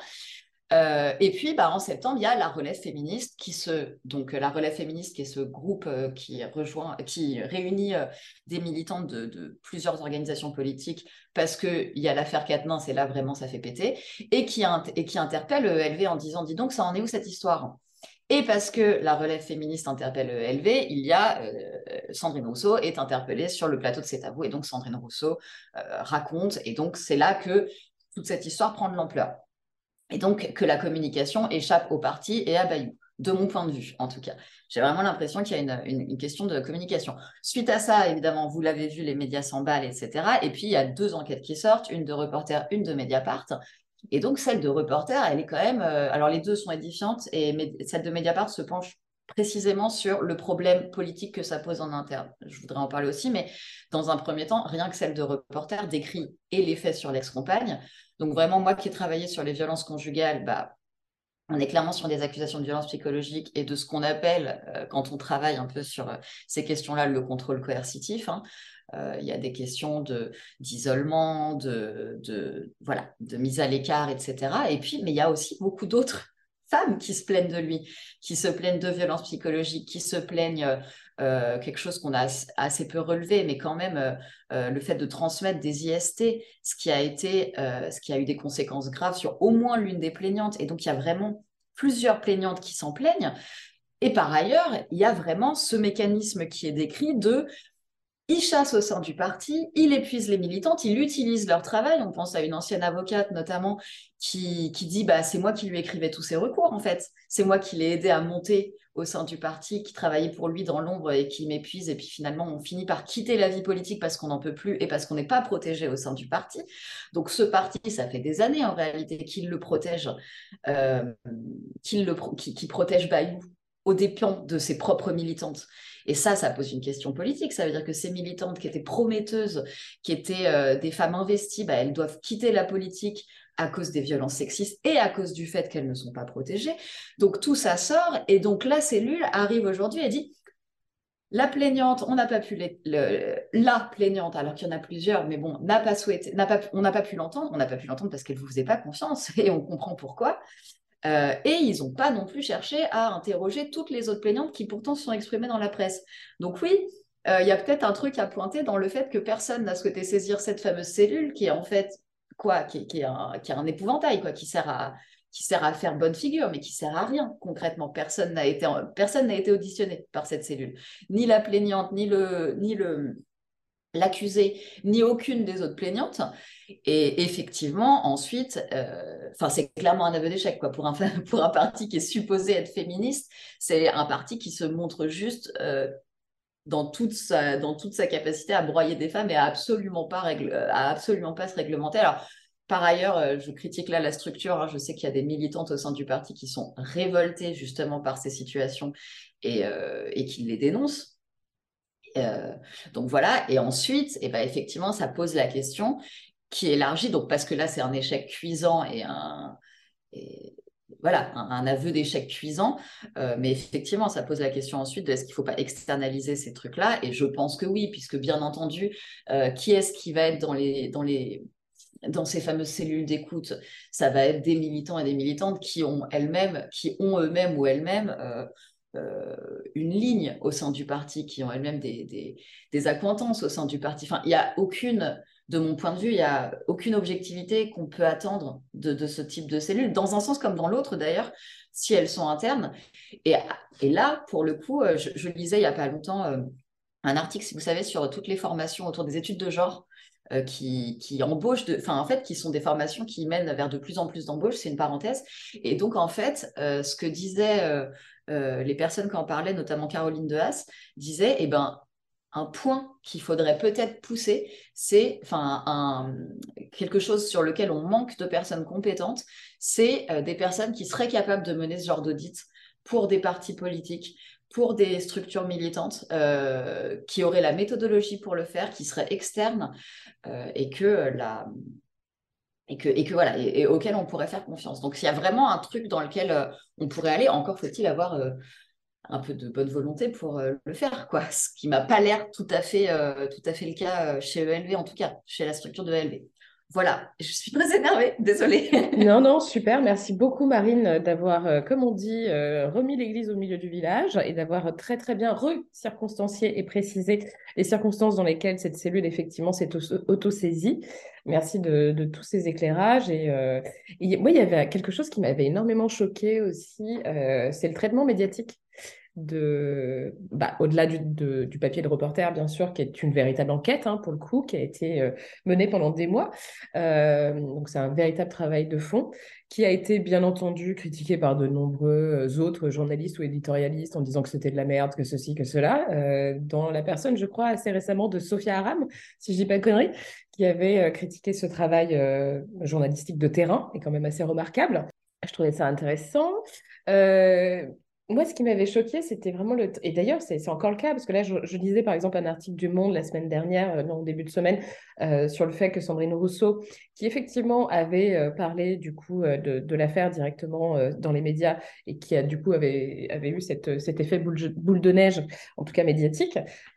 Euh, et puis, bah, en septembre, il y a la Relève féministe qui se, donc la Relève féministe qui est ce groupe euh, qui rejoint, qui réunit euh, des militantes de, de plusieurs organisations politiques parce que il y a l'affaire Quatennens et là vraiment ça fait péter et qui et qui interpelle E L V en disant dis donc ça en est où cette histoire? Et parce que la Relève féministe interpelle E L V, il y a euh, Sandrine Rousseau est interpellée sur le plateau de C'est à vous et donc Sandrine Rousseau euh, raconte et donc c'est là que toute cette histoire prend de l'ampleur. Et donc que la communication échappe au parti et à Bayou, de mon point de vue en tout cas. J'ai vraiment l'impression qu'il y a une, une, une question de communication. Suite à ça, évidemment, vous l'avez vu, les médias s'emballent, et cetera. Et puis, il y a deux enquêtes qui sortent, une de Reporter, une de Mediapart. Et donc, celle de Reporter, elle est quand même... Euh, alors, les deux sont édifiantes, et celle de Mediapart se penche précisément sur le problème politique que ça pose en interne. Je voudrais en parler aussi, mais dans un premier temps, rien que celle de Reporter décrit et les faits sur l'ex-compagne. Donc vraiment, moi qui ai travaillé sur les violences conjugales, bah, on est clairement sur des accusations de violence psychologique et de ce qu'on appelle, euh, quand on travaille un peu sur euh, ces questions-là, le contrôle coercitif. Hein. Euh, il y a des questions de, d'isolement, de, de, voilà, de mise à l'écart, et cetera. Et puis, mais il y a aussi beaucoup d'autres femmes qui se plaignent de lui, qui se plaignent de violences psychologiques, qui se plaignent... Euh, quelque chose qu'on a assez peu relevé, mais quand même euh, euh, le fait de transmettre des I S T, ce qui a été, euh, ce qui a eu des conséquences graves sur au moins l'une des plaignantes. Et donc il y a vraiment plusieurs plaignantes qui s'en plaignent. Et par ailleurs, il y a vraiment ce mécanisme qui est décrit de il chasse au sein du parti, il épuise les militantes, il utilise leur travail. On pense à une ancienne avocate notamment qui, qui dit bah, c'est moi qui lui écrivais tous ses recours en fait. C'est moi qui l'ai aidé à monter au sein du parti, qui travaillait pour lui dans l'ombre et qui m'épuise. Et puis finalement, on finit par quitter la vie politique parce qu'on n'en peut plus et parce qu'on n'est pas protégé au sein du parti. Donc ce parti, ça fait des années en réalité qu'il le protège, euh, qu'il le, qui, qui protège Bayou aux dépens de ses propres militantes. Et ça, ça pose une question politique. Ça veut dire que ces militantes qui étaient prometteuses, qui étaient euh, des femmes investies, bah, elles doivent quitter la politique à cause des violences sexistes et à cause du fait qu'elles ne sont pas protégées. Donc tout ça sort. Et donc la cellule arrive aujourd'hui et dit la plaignante, on n'a pas pu les, le, la plaignante, alors qu'il y en a plusieurs, mais bon, n'a pas souhaité, n'a pas, on n'a pas pu l'entendre. On n'a pas pu l'entendre parce qu'elle ne vous faisait pas confiance et on comprend pourquoi. Euh, et ils n'ont pas non plus cherché à interroger toutes les autres plaignantes qui pourtant sont exprimées dans la presse. Donc oui, il euh, y a peut-être un truc à pointer dans le fait que personne n'a souhaité saisir cette fameuse cellule qui est en fait quoi, qui, qui, est, un, qui est un épouvantail, quoi, qui sert à qui sert à faire bonne figure, mais qui sert à rien concrètement. Personne n'a été personne n'a été auditionné par cette cellule, ni la plaignante, ni le ni le l'accusé, ni aucune des autres plaignantes. Et effectivement, ensuite, euh, c'est clairement un aveu d'échec quoi. Pour, un, pour un parti qui est supposé être féministe, c'est un parti qui se montre juste euh, dans, toute sa, dans toute sa capacité à broyer des femmes et à absolument pas, règle, à absolument pas se réglementer. Alors, par ailleurs, je critique là la structure. Hein. Je sais qu'il y a des militantes au sein du parti qui sont révoltées justement par ces situations et, euh, et qui les dénoncent. Euh, donc voilà, et ensuite, eh ben, effectivement, ça pose la question qui élargit, donc parce que là, c'est un échec cuisant et un, et, voilà, un, un aveu d'échec cuisant, euh, mais effectivement, ça pose la question ensuite de est-ce qu'il ne faut pas externaliser ces trucs-là, et je pense que oui, puisque bien entendu, euh, qui est-ce qui va être dans les, dans les dans ces fameuses cellules d'écoute, ça va être des militants et des militantes qui ont elles-mêmes, qui ont eux-mêmes ou elles-mêmes euh, euh, une ligne au sein du parti, qui ont elles-mêmes des, des, des accointances au sein du parti. Enfin, il n'y a aucune, de mon point de vue, il n'y a aucune objectivité qu'on peut attendre de, de ce type de cellules, dans un sens comme dans l'autre d'ailleurs, si elles sont internes. Et, et là, pour le coup, je, je lisais il n'y a pas longtemps euh, un article, si vous savez, sur toutes les formations autour des études de genre euh, qui, qui embauchent, de, enfin en fait, qui sont des formations qui mènent vers de plus en plus d'embauches, c'est une parenthèse. Et donc en fait, euh, ce que disaient euh, euh, les personnes qui en parlaient, notamment Caroline Dehaas, disaient, eh ben, un point qu'il faudrait peut-être pousser, c'est enfin un, quelque chose sur lequel on manque de personnes compétentes, c'est euh, des personnes qui seraient capables de mener ce genre d'audit pour des partis politiques, pour des structures militantes, euh, qui auraient la méthodologie pour le faire, qui seraient externes euh, et que la et que, et que voilà, et, et auquel on pourrait faire confiance. Donc, il y a vraiment un truc dans lequel euh, on pourrait aller. Encore faut-il avoir euh, un peu de bonne volonté pour euh, le faire, quoi. Ce qui m'a pas l'air tout à fait, euh, tout à fait le cas euh, chez E L V, en tout cas, chez la structure de E L V. Voilà, je suis très énervée, désolée. Non, non, super. Merci beaucoup, Marine, euh, d'avoir, euh, comme on dit, euh, remis l'église au milieu du village et d'avoir très, très bien re-circonstancié et précisé les circonstances dans lesquelles cette cellule, effectivement, s'est au- auto-saisie. Merci de, de tous ces éclairages. Et, euh, et moi, il y avait quelque chose qui m'avait énormément choquée aussi, euh, c'est le traitement médiatique de, bah, au-delà du, de- du papier de reporter, bien sûr, qui est une véritable enquête, hein, pour le coup, qui a été euh, menée pendant des mois. Euh, donc, c'est un véritable travail de fond qui a été, bien entendu, critiqué par de nombreux euh, autres journalistes ou éditorialistes en disant que c'était de la merde, que ceci, que cela. Euh, dans la personne, je crois, assez récemment de Sophia Aram, si je dis pas de conneries, qui avait euh, critiqué ce travail euh, journalistique de terrain, et quand même assez remarquable. Je trouvais ça intéressant. Euh, Moi, ce qui m'avait choqué, c'était vraiment le... Et d'ailleurs, c'est c'est encore le cas, parce que là, je, je lisais par exemple un article du Monde la semaine dernière, euh, non, au début de semaine, euh, sur le fait que Sandrine Rousseau, qui effectivement avait euh, parlé du coup euh, de, de l'affaire directement euh, dans les médias et qui a du coup avait, avait eu cette, cet effet boule, boule de neige, en tout cas médiatique,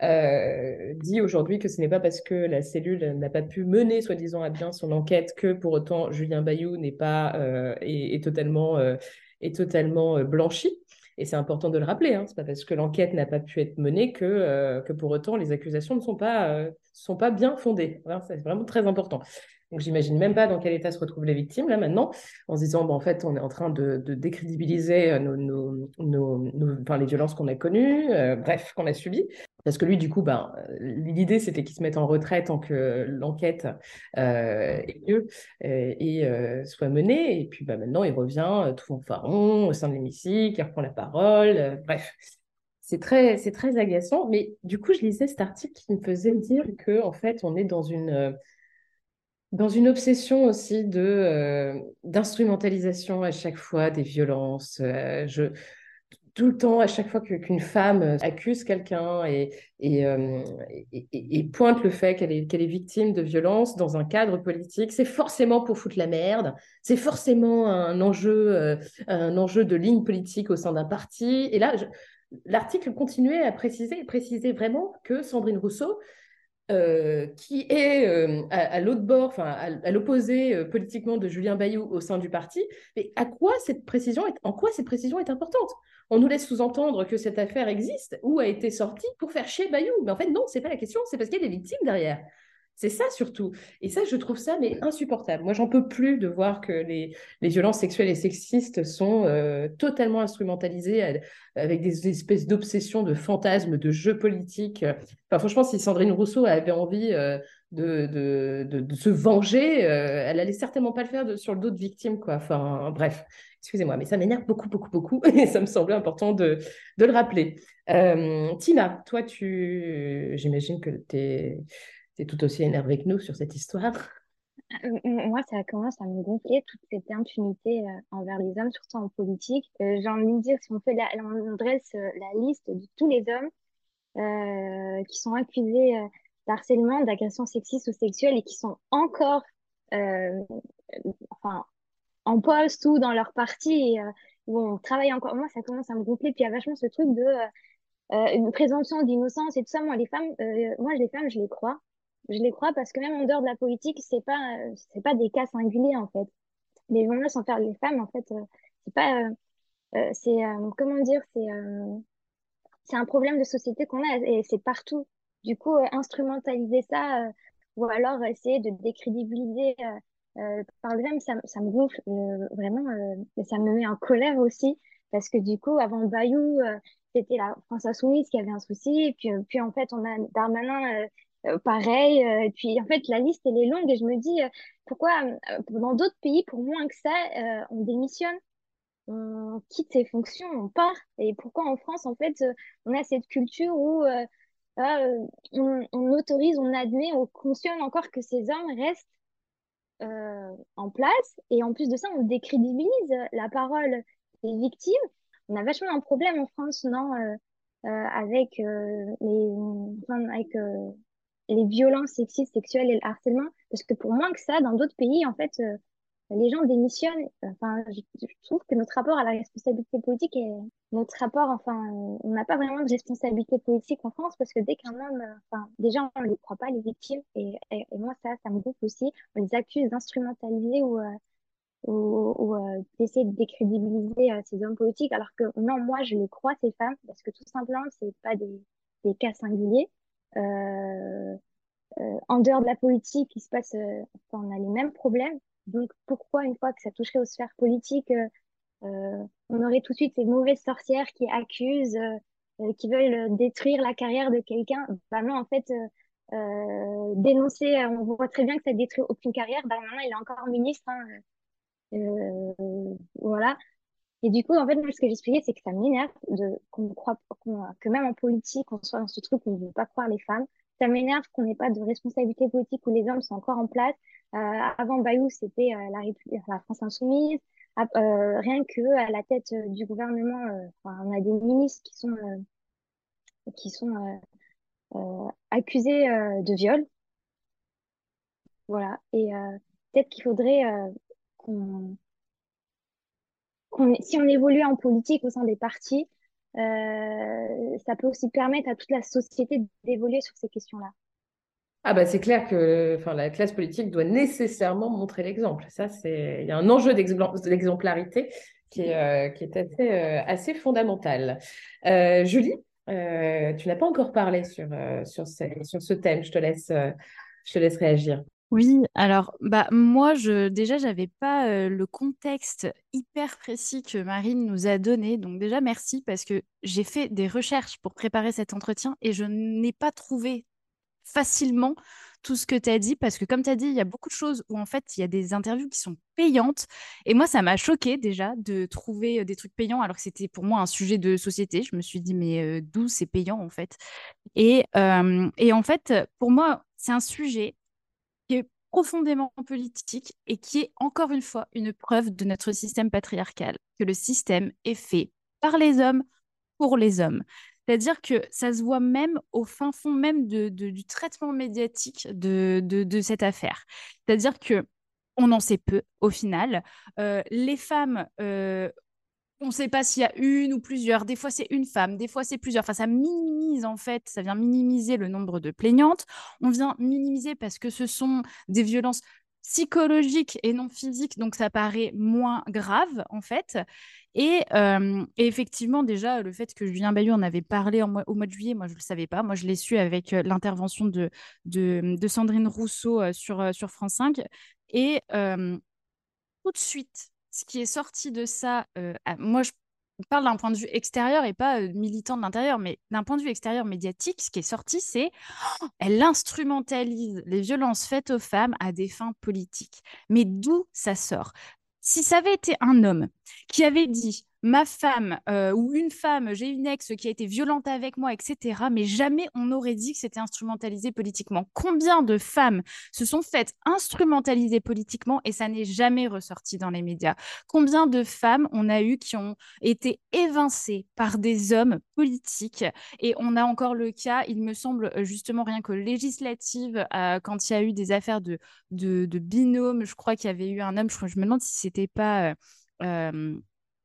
euh, dit aujourd'hui que ce n'est pas parce que la cellule n'a pas pu mener, soi-disant, à bien son enquête que pour autant Julien Bayou n'est pas euh, est, est totalement, euh, est totalement euh, blanchi. Et c'est important de le rappeler, hein. C'est pas parce que l'enquête n'a pas pu être menée que, euh, que pour autant les accusations ne sont pas, euh, sont pas bien fondées. Voilà, c'est vraiment très important. Donc j'imagine même pas dans quel état se retrouvent les victimes là maintenant, en se disant bon, en fait on est en train de, de décrédibiliser euh, nos, nos, nos, nos- enfin, les violences qu'on a connues, euh, bref, qu'on a subies. Parce que lui, du coup, ben, euh, l'idée c'était qu'il se mette en retrait tant que l'enquête euh, ait lieu euh, et euh, soit menée. Et puis ben, maintenant il revient euh, tout fanfaron au sein de l'hémicycle, il reprend la parole, euh, bref. C'est très, c'est très agaçant, mais du coup, je lisais cet article qui me faisait dire que, en fait, on est dans une, euh, dans une obsession aussi de, euh, d'instrumentalisation à chaque fois des violences. Euh, je, tout le temps, à chaque fois que- qu'une femme euh, accuse quelqu'un et, et, euh, et- et- et pointe le fait qu'elle est, qu'elle est victime de violences dans un cadre politique, c'est forcément pour foutre la merde, c'est forcément un enjeu, euh, un enjeu de ligne politique au sein d'un parti. Et là, je- l'article continuait à préciser, préciser vraiment que Sandrine Rousseau, euh, qui est euh, à, à l'autre bord, enfin à, à l'opposé euh, politiquement de Julien Bayou au sein du parti, mais à quoi cette précision est, en quoi cette précision est importante? On nous laisse sous-entendre que cette affaire existe ou a été sortie pour faire chier Bayou, mais en fait non, c'est pas la question, c'est parce qu'il y a des victimes derrière. C'est ça surtout. Et ça, je trouve ça mais insupportable. Moi, j'en peux plus de voir que les, les violences sexuelles et sexistes sont euh, totalement instrumentalisées à- avec des espèces d'obsessions, de fantasmes, de jeux politiques. Enfin, franchement, si Sandrine Rousseau avait envie euh, de, de, de, de se venger, euh, elle allait certainement pas le faire de- sur le dos de victimes, quoi. Enfin, bref, excusez-moi, mais ça m'énerve beaucoup, beaucoup, beaucoup, et ça me semblait important de, de le rappeler. Euh, Tina, toi, tu, j'imagine que tu es, tout aussi énervée que nous sur cette histoire. M- m- Moi, ça commence à me gonfler, toute cette impunité euh, envers les hommes, surtout en politique. Euh, j'ai envie de dire, si on fait la, on dresse euh, la liste de tous les hommes euh, qui sont accusés euh, d'harcèlement, d'agression sexiste ou sexuelle et qui sont encore euh, enfin, en poste ou dans leur parti et euh, où on travaille encore. Moi, ça commence à me gonfler. Puis il y a vachement ce truc de euh, euh, une présomption d'innocence et tout ça. Moi, les femmes, euh, moi, les femmes, je les crois. Je les crois parce que même en dehors de la politique, c'est pas, euh, c'est pas des cas singuliers, en fait. Les violences envers les femmes, en fait, euh, c'est pas, euh, euh, c'est, euh, comment dire, c'est, euh, c'est un problème de société qu'on a et c'est partout. Du coup, euh, instrumentaliser ça euh, ou alors essayer de décrédibiliser euh, euh, par exemple, ça, ça me gonfle euh, vraiment, euh, mais ça me met en colère aussi parce que du coup, avant Bayou, euh, c'était la France Insoumise qui avait un souci et puis, euh, puis en fait, on a Darmanin, euh, euh, pareil. Euh, et puis en fait, la liste, elle est longue et je me dis euh, pourquoi euh, dans d'autres pays, pour moins que ça, euh, on démissionne, on quitte ses fonctions, on part. Et pourquoi en France, en fait, euh, on a cette culture où euh, ah, euh, on, on autorise, on admet, on cautionne encore que ces hommes restent euh, en place. Et en plus de ça, on décrédibilise la parole des victimes. On a vachement un problème en France, non, euh, euh, avec euh, les, enfin, avec euh, les violences sexistes, sexuelles et le harcèlement. Parce que pour moins que ça, dans d'autres pays, en fait, euh, les gens démissionnent. Enfin, je, je trouve que notre rapport à la responsabilité politique est notre rapport, enfin, euh, on n'a pas vraiment de responsabilité politique en France parce que dès qu'un homme, euh, enfin, déjà, on ne les croit pas, les victimes, et, et, et moi, ça, ça me gonfle aussi. On les accuse d'instrumentaliser ou, euh, ou, ou euh, d'essayer de décrédibiliser euh, ces hommes politiques, alors que non, moi, je les crois, ces femmes, parce que tout simplement, c'est pas des, des cas singuliers. Euh, euh, En dehors de la politique, il se passe, euh, enfin, on a les mêmes problèmes. Donc, pourquoi, une fois que ça toucherait aux sphères politiques, euh, euh, on aurait tout de suite ces mauvaises sorcières qui accusent, euh, euh, qui veulent euh, détruire la carrière de quelqu'un? Bah non, en fait, euh, euh, dénoncer, euh, on voit très bien que ça détruit aucune carrière. Bah maintenant, il est encore ministre, hein, euh, voilà. Et du coup, en fait, moi, ce que j'expliquais, c'est que ça m'énerve de qu'on croit qu'on- que même en politique, on soit dans ce truc où on ne veut pas croire les femmes. Ça m'énerve qu'on n'ait pas de responsabilité politique où les hommes sont encore en place. Euh, Avant Bayou, c'était euh, la, République, la France Insoumise. Ah, euh, rien que à la tête euh, du gouvernement, euh, enfin, on a des ministres qui sont euh, qui sont euh, euh, accusés euh, de viol, voilà. Et euh, peut-être qu'il faudrait euh, qu'on qu'on- si on évolue en politique au sein des partis, euh, ça peut aussi permettre à toute la société d'évoluer sur ces questions-là. Ah bah c'est clair que enfin, la classe politique doit nécessairement montrer l'exemple. Ça, c'est... Il y a un enjeu d'exempl- d'exemplarité qui est, euh, qui est assez, euh, assez fondamental. Euh, Julie, euh, tu n'as pas encore parlé sur, euh, sur, ce, sur ce thème. Je te laisse, euh, je te laisse réagir. Oui, alors bah moi je déjà j'avais pas euh, le contexte hyper précis que Marine nous a donné. Donc déjà merci parce que j'ai fait des recherches pour préparer cet entretien et je n'ai pas trouvé facilement tout ce que tu as dit parce que comme tu as dit, il y a beaucoup de choses où en fait il y a des interviews qui sont payantes et moi ça m'a choqué déjà de trouver euh, des trucs payants alors que c'était pour moi un sujet de société. Je me suis dit mais euh, d'où c'est payant en fait? Et, euh, et en fait pour moi c'est un sujet qui est profondément politique et qui est encore une fois une preuve de notre système patriarcal, que le système est fait par les hommes pour les hommes. C'est-à-dire que ça se voit même au fin fond même de, de- du traitement médiatique de, de, de cette affaire. C'est-à-dire que on en sait peu au final. Euh, les femmes euh, on ne sait pas s'il y a une ou plusieurs. Des fois, c'est une femme, des fois, c'est plusieurs. Enfin, ça minimise, en fait, ça vient minimiser le nombre de plaignantes. On vient minimiser parce que ce sont des violences psychologiques et non physiques, donc ça paraît moins grave, en fait. Et, euh, et effectivement, déjà, le fait que Julien Bayou en avait parlé en mois- au mois de juillet, moi, je ne le savais pas. Moi, je l'ai su avec euh, l'intervention de, de, de Sandrine Rousseau euh, sur, euh, sur France cinq. Et, euh, tout de suite ce qui est sorti de ça, euh, à- moi je parle d'un point de vue extérieur et pas euh, militant de l'intérieur, mais d'un point de vue extérieur médiatique, ce qui est sorti, c'est elle instrumentalise les violences faites aux femmes à des fins politiques. Mais d'où ça sort? Si ça avait été un homme qui avait dit ma femme euh, ou une femme, j'ai une ex qui a été violente avec moi, et cetera, mais jamais on n'aurait dit que c'était instrumentalisé politiquement. Combien de femmes se sont faites instrumentaliser politiquement et ça n'est jamais ressorti dans les médias? Combien de femmes on a eu qui ont été évincées par des hommes politiques? Et on a encore le cas, il me semble, euh, justement, rien que législative, euh, quand il y a eu des affaires de, de, de binômes, je crois qu'il y avait eu un homme, je, crois- je me demande si c'était pas... euh, euh,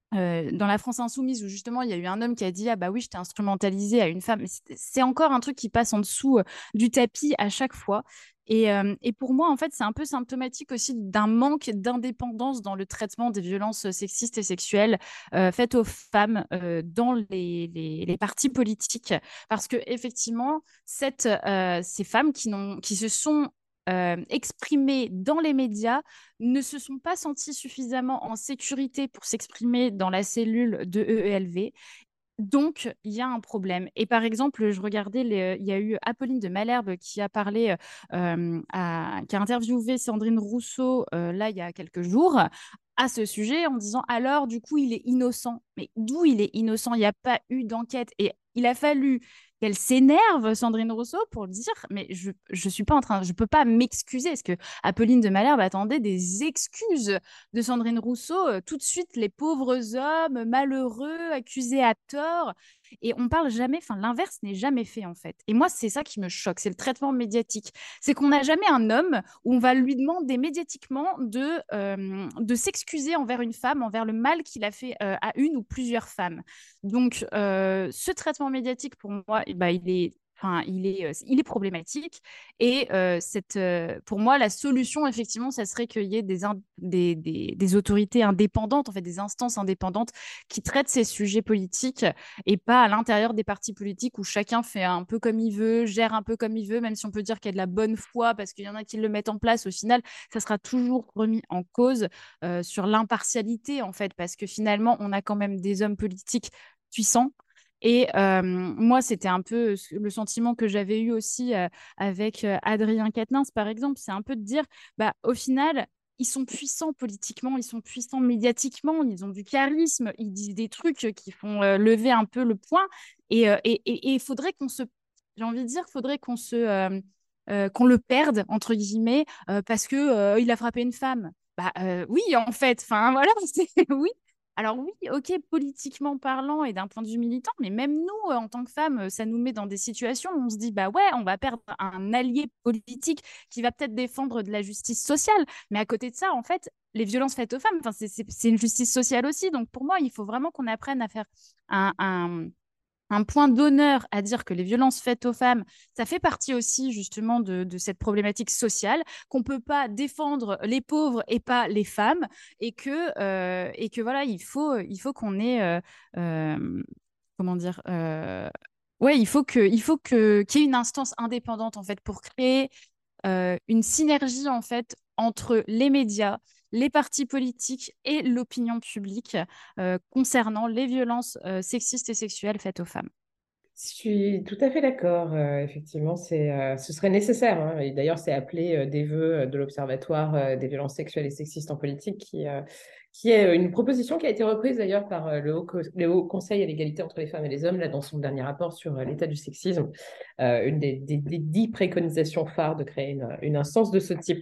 euh, dans la France insoumise, où justement il y a eu un homme qui a dit ah bah oui, je t'ai instrumentalisé à une femme. Mais c'est c'est encore un truc qui passe en dessous euh, du tapis à chaque fois. Et, euh, et pour moi, en fait, c'est un peu symptomatique aussi d'un manque d'indépendance dans le traitement des violences sexistes et sexuelles euh, faites aux femmes euh, dans les, les, les partis politiques. Parce que effectivement, cette, euh, ces femmes qui, n'ont, qui se sont euh, exprimées dans les médias ne se sont pas senties suffisamment en sécurité pour s'exprimer dans la cellule de E E L V. Donc, il y a un problème. Et par exemple, je regardais, les- il y a eu Apolline de Malherbe qui a parlé, euh, à- qui a interviewé Sandrine Rousseau, euh, là, il y a quelques jours, à ce sujet, en disant, alors, du coup, il est innocent. Mais d'où il est innocent? Il n'y a pas eu d'enquête. Et il a fallu qu'elle s'énerve, Sandrine Rousseau, pour dire, mais je je suis pas en train, je peux pas m'excuser. Parce que Apolline de Malherbe attendait des excuses de Sandrine Rousseau, euh, tout de suite les pauvres hommes malheureux, accusés à tort. Et on parle jamais, enfin l'inverse n'est jamais fait en fait. Et moi, c'est ça qui me choque, c'est le traitement médiatique. C'est qu'on n'a jamais un homme où on va lui demander médiatiquement de, euh, de s'excuser envers une femme, envers le mal qu'il a fait euh, à une ou plusieurs femmes. Donc, euh, ce traitement médiatique, pour moi, eh ben, il est Enfin, il est, euh, il est problématique. Et euh, cette, euh, pour moi, la solution, effectivement, ça serait qu'il y ait des, in- des, des, des autorités indépendantes, en fait, des instances indépendantes qui traitent ces sujets politiques et pas à l'intérieur des partis politiques où chacun fait un peu comme il veut, gère un peu comme il veut, même si on peut dire qu'il y a de la bonne foi parce qu'il y en a qui le mettent en place. Au final, ça sera toujours remis en cause euh, sur l'impartialité, en fait, parce que finalement, on a quand même des hommes politiques puissants. Et euh, moi, c'était un peu le sentiment que j'avais eu aussi euh, avec euh, Adrien Quatennens, par exemple. C'est un peu de dire, bah, au final, ils sont puissants politiquement, ils sont puissants médiatiquement, ils ont du charisme, ils disent des trucs qui font euh, lever un peu le poing. Et euh, et, et, et il faudrait qu'on se, j'ai envie de dire, faudrait qu'on se, euh, euh, qu'on le perde, entre guillemets, euh, parce que euh, il a frappé une femme. Bah euh, oui, en fait, enfin voilà, c'est oui. Alors oui, ok, politiquement parlant et d'un point de vue militant, mais même nous, euh, en tant que femmes, euh, ça nous met dans des situations où on se dit, bah ouais, on va perdre un allié politique qui va peut-être défendre de la justice sociale. Mais à côté de ça, en fait, les violences faites aux femmes, enfin, c'est c'est- c'est une justice sociale aussi. Donc pour moi, il faut vraiment qu'on apprenne à faire un, un- un point d'honneur à dire que les violences faites aux femmes, ça fait partie aussi justement de, de cette problématique sociale, qu'on ne peut pas défendre les pauvres et pas les femmes, et que, euh, et que voilà, il faut, il faut qu'on ait, euh, euh, comment dire, euh, ouais, il faut que, il faut que, qu'il y ait une instance indépendante en fait pour créer euh, une synergie en fait entre les médias, les partis politiques et l'opinion publique euh, concernant les violences euh, sexistes et sexuelles faites aux femmes. Je suis tout à fait d'accord. Euh, effectivement, c'est, euh, ce serait nécessaire, hein. Et d'ailleurs, c'est appelé euh, des vœux de l'Observatoire euh, des violences sexuelles et sexistes en politique, qui, euh, qui est une proposition qui a été reprise d'ailleurs par euh, le Haut, Co- le Haut Conseil à l'égalité entre les femmes et les hommes, là, dans son dernier rapport sur euh, l'état du sexisme. Euh, une des, des- des dix préconisations phares de créer une, une instance de ce type.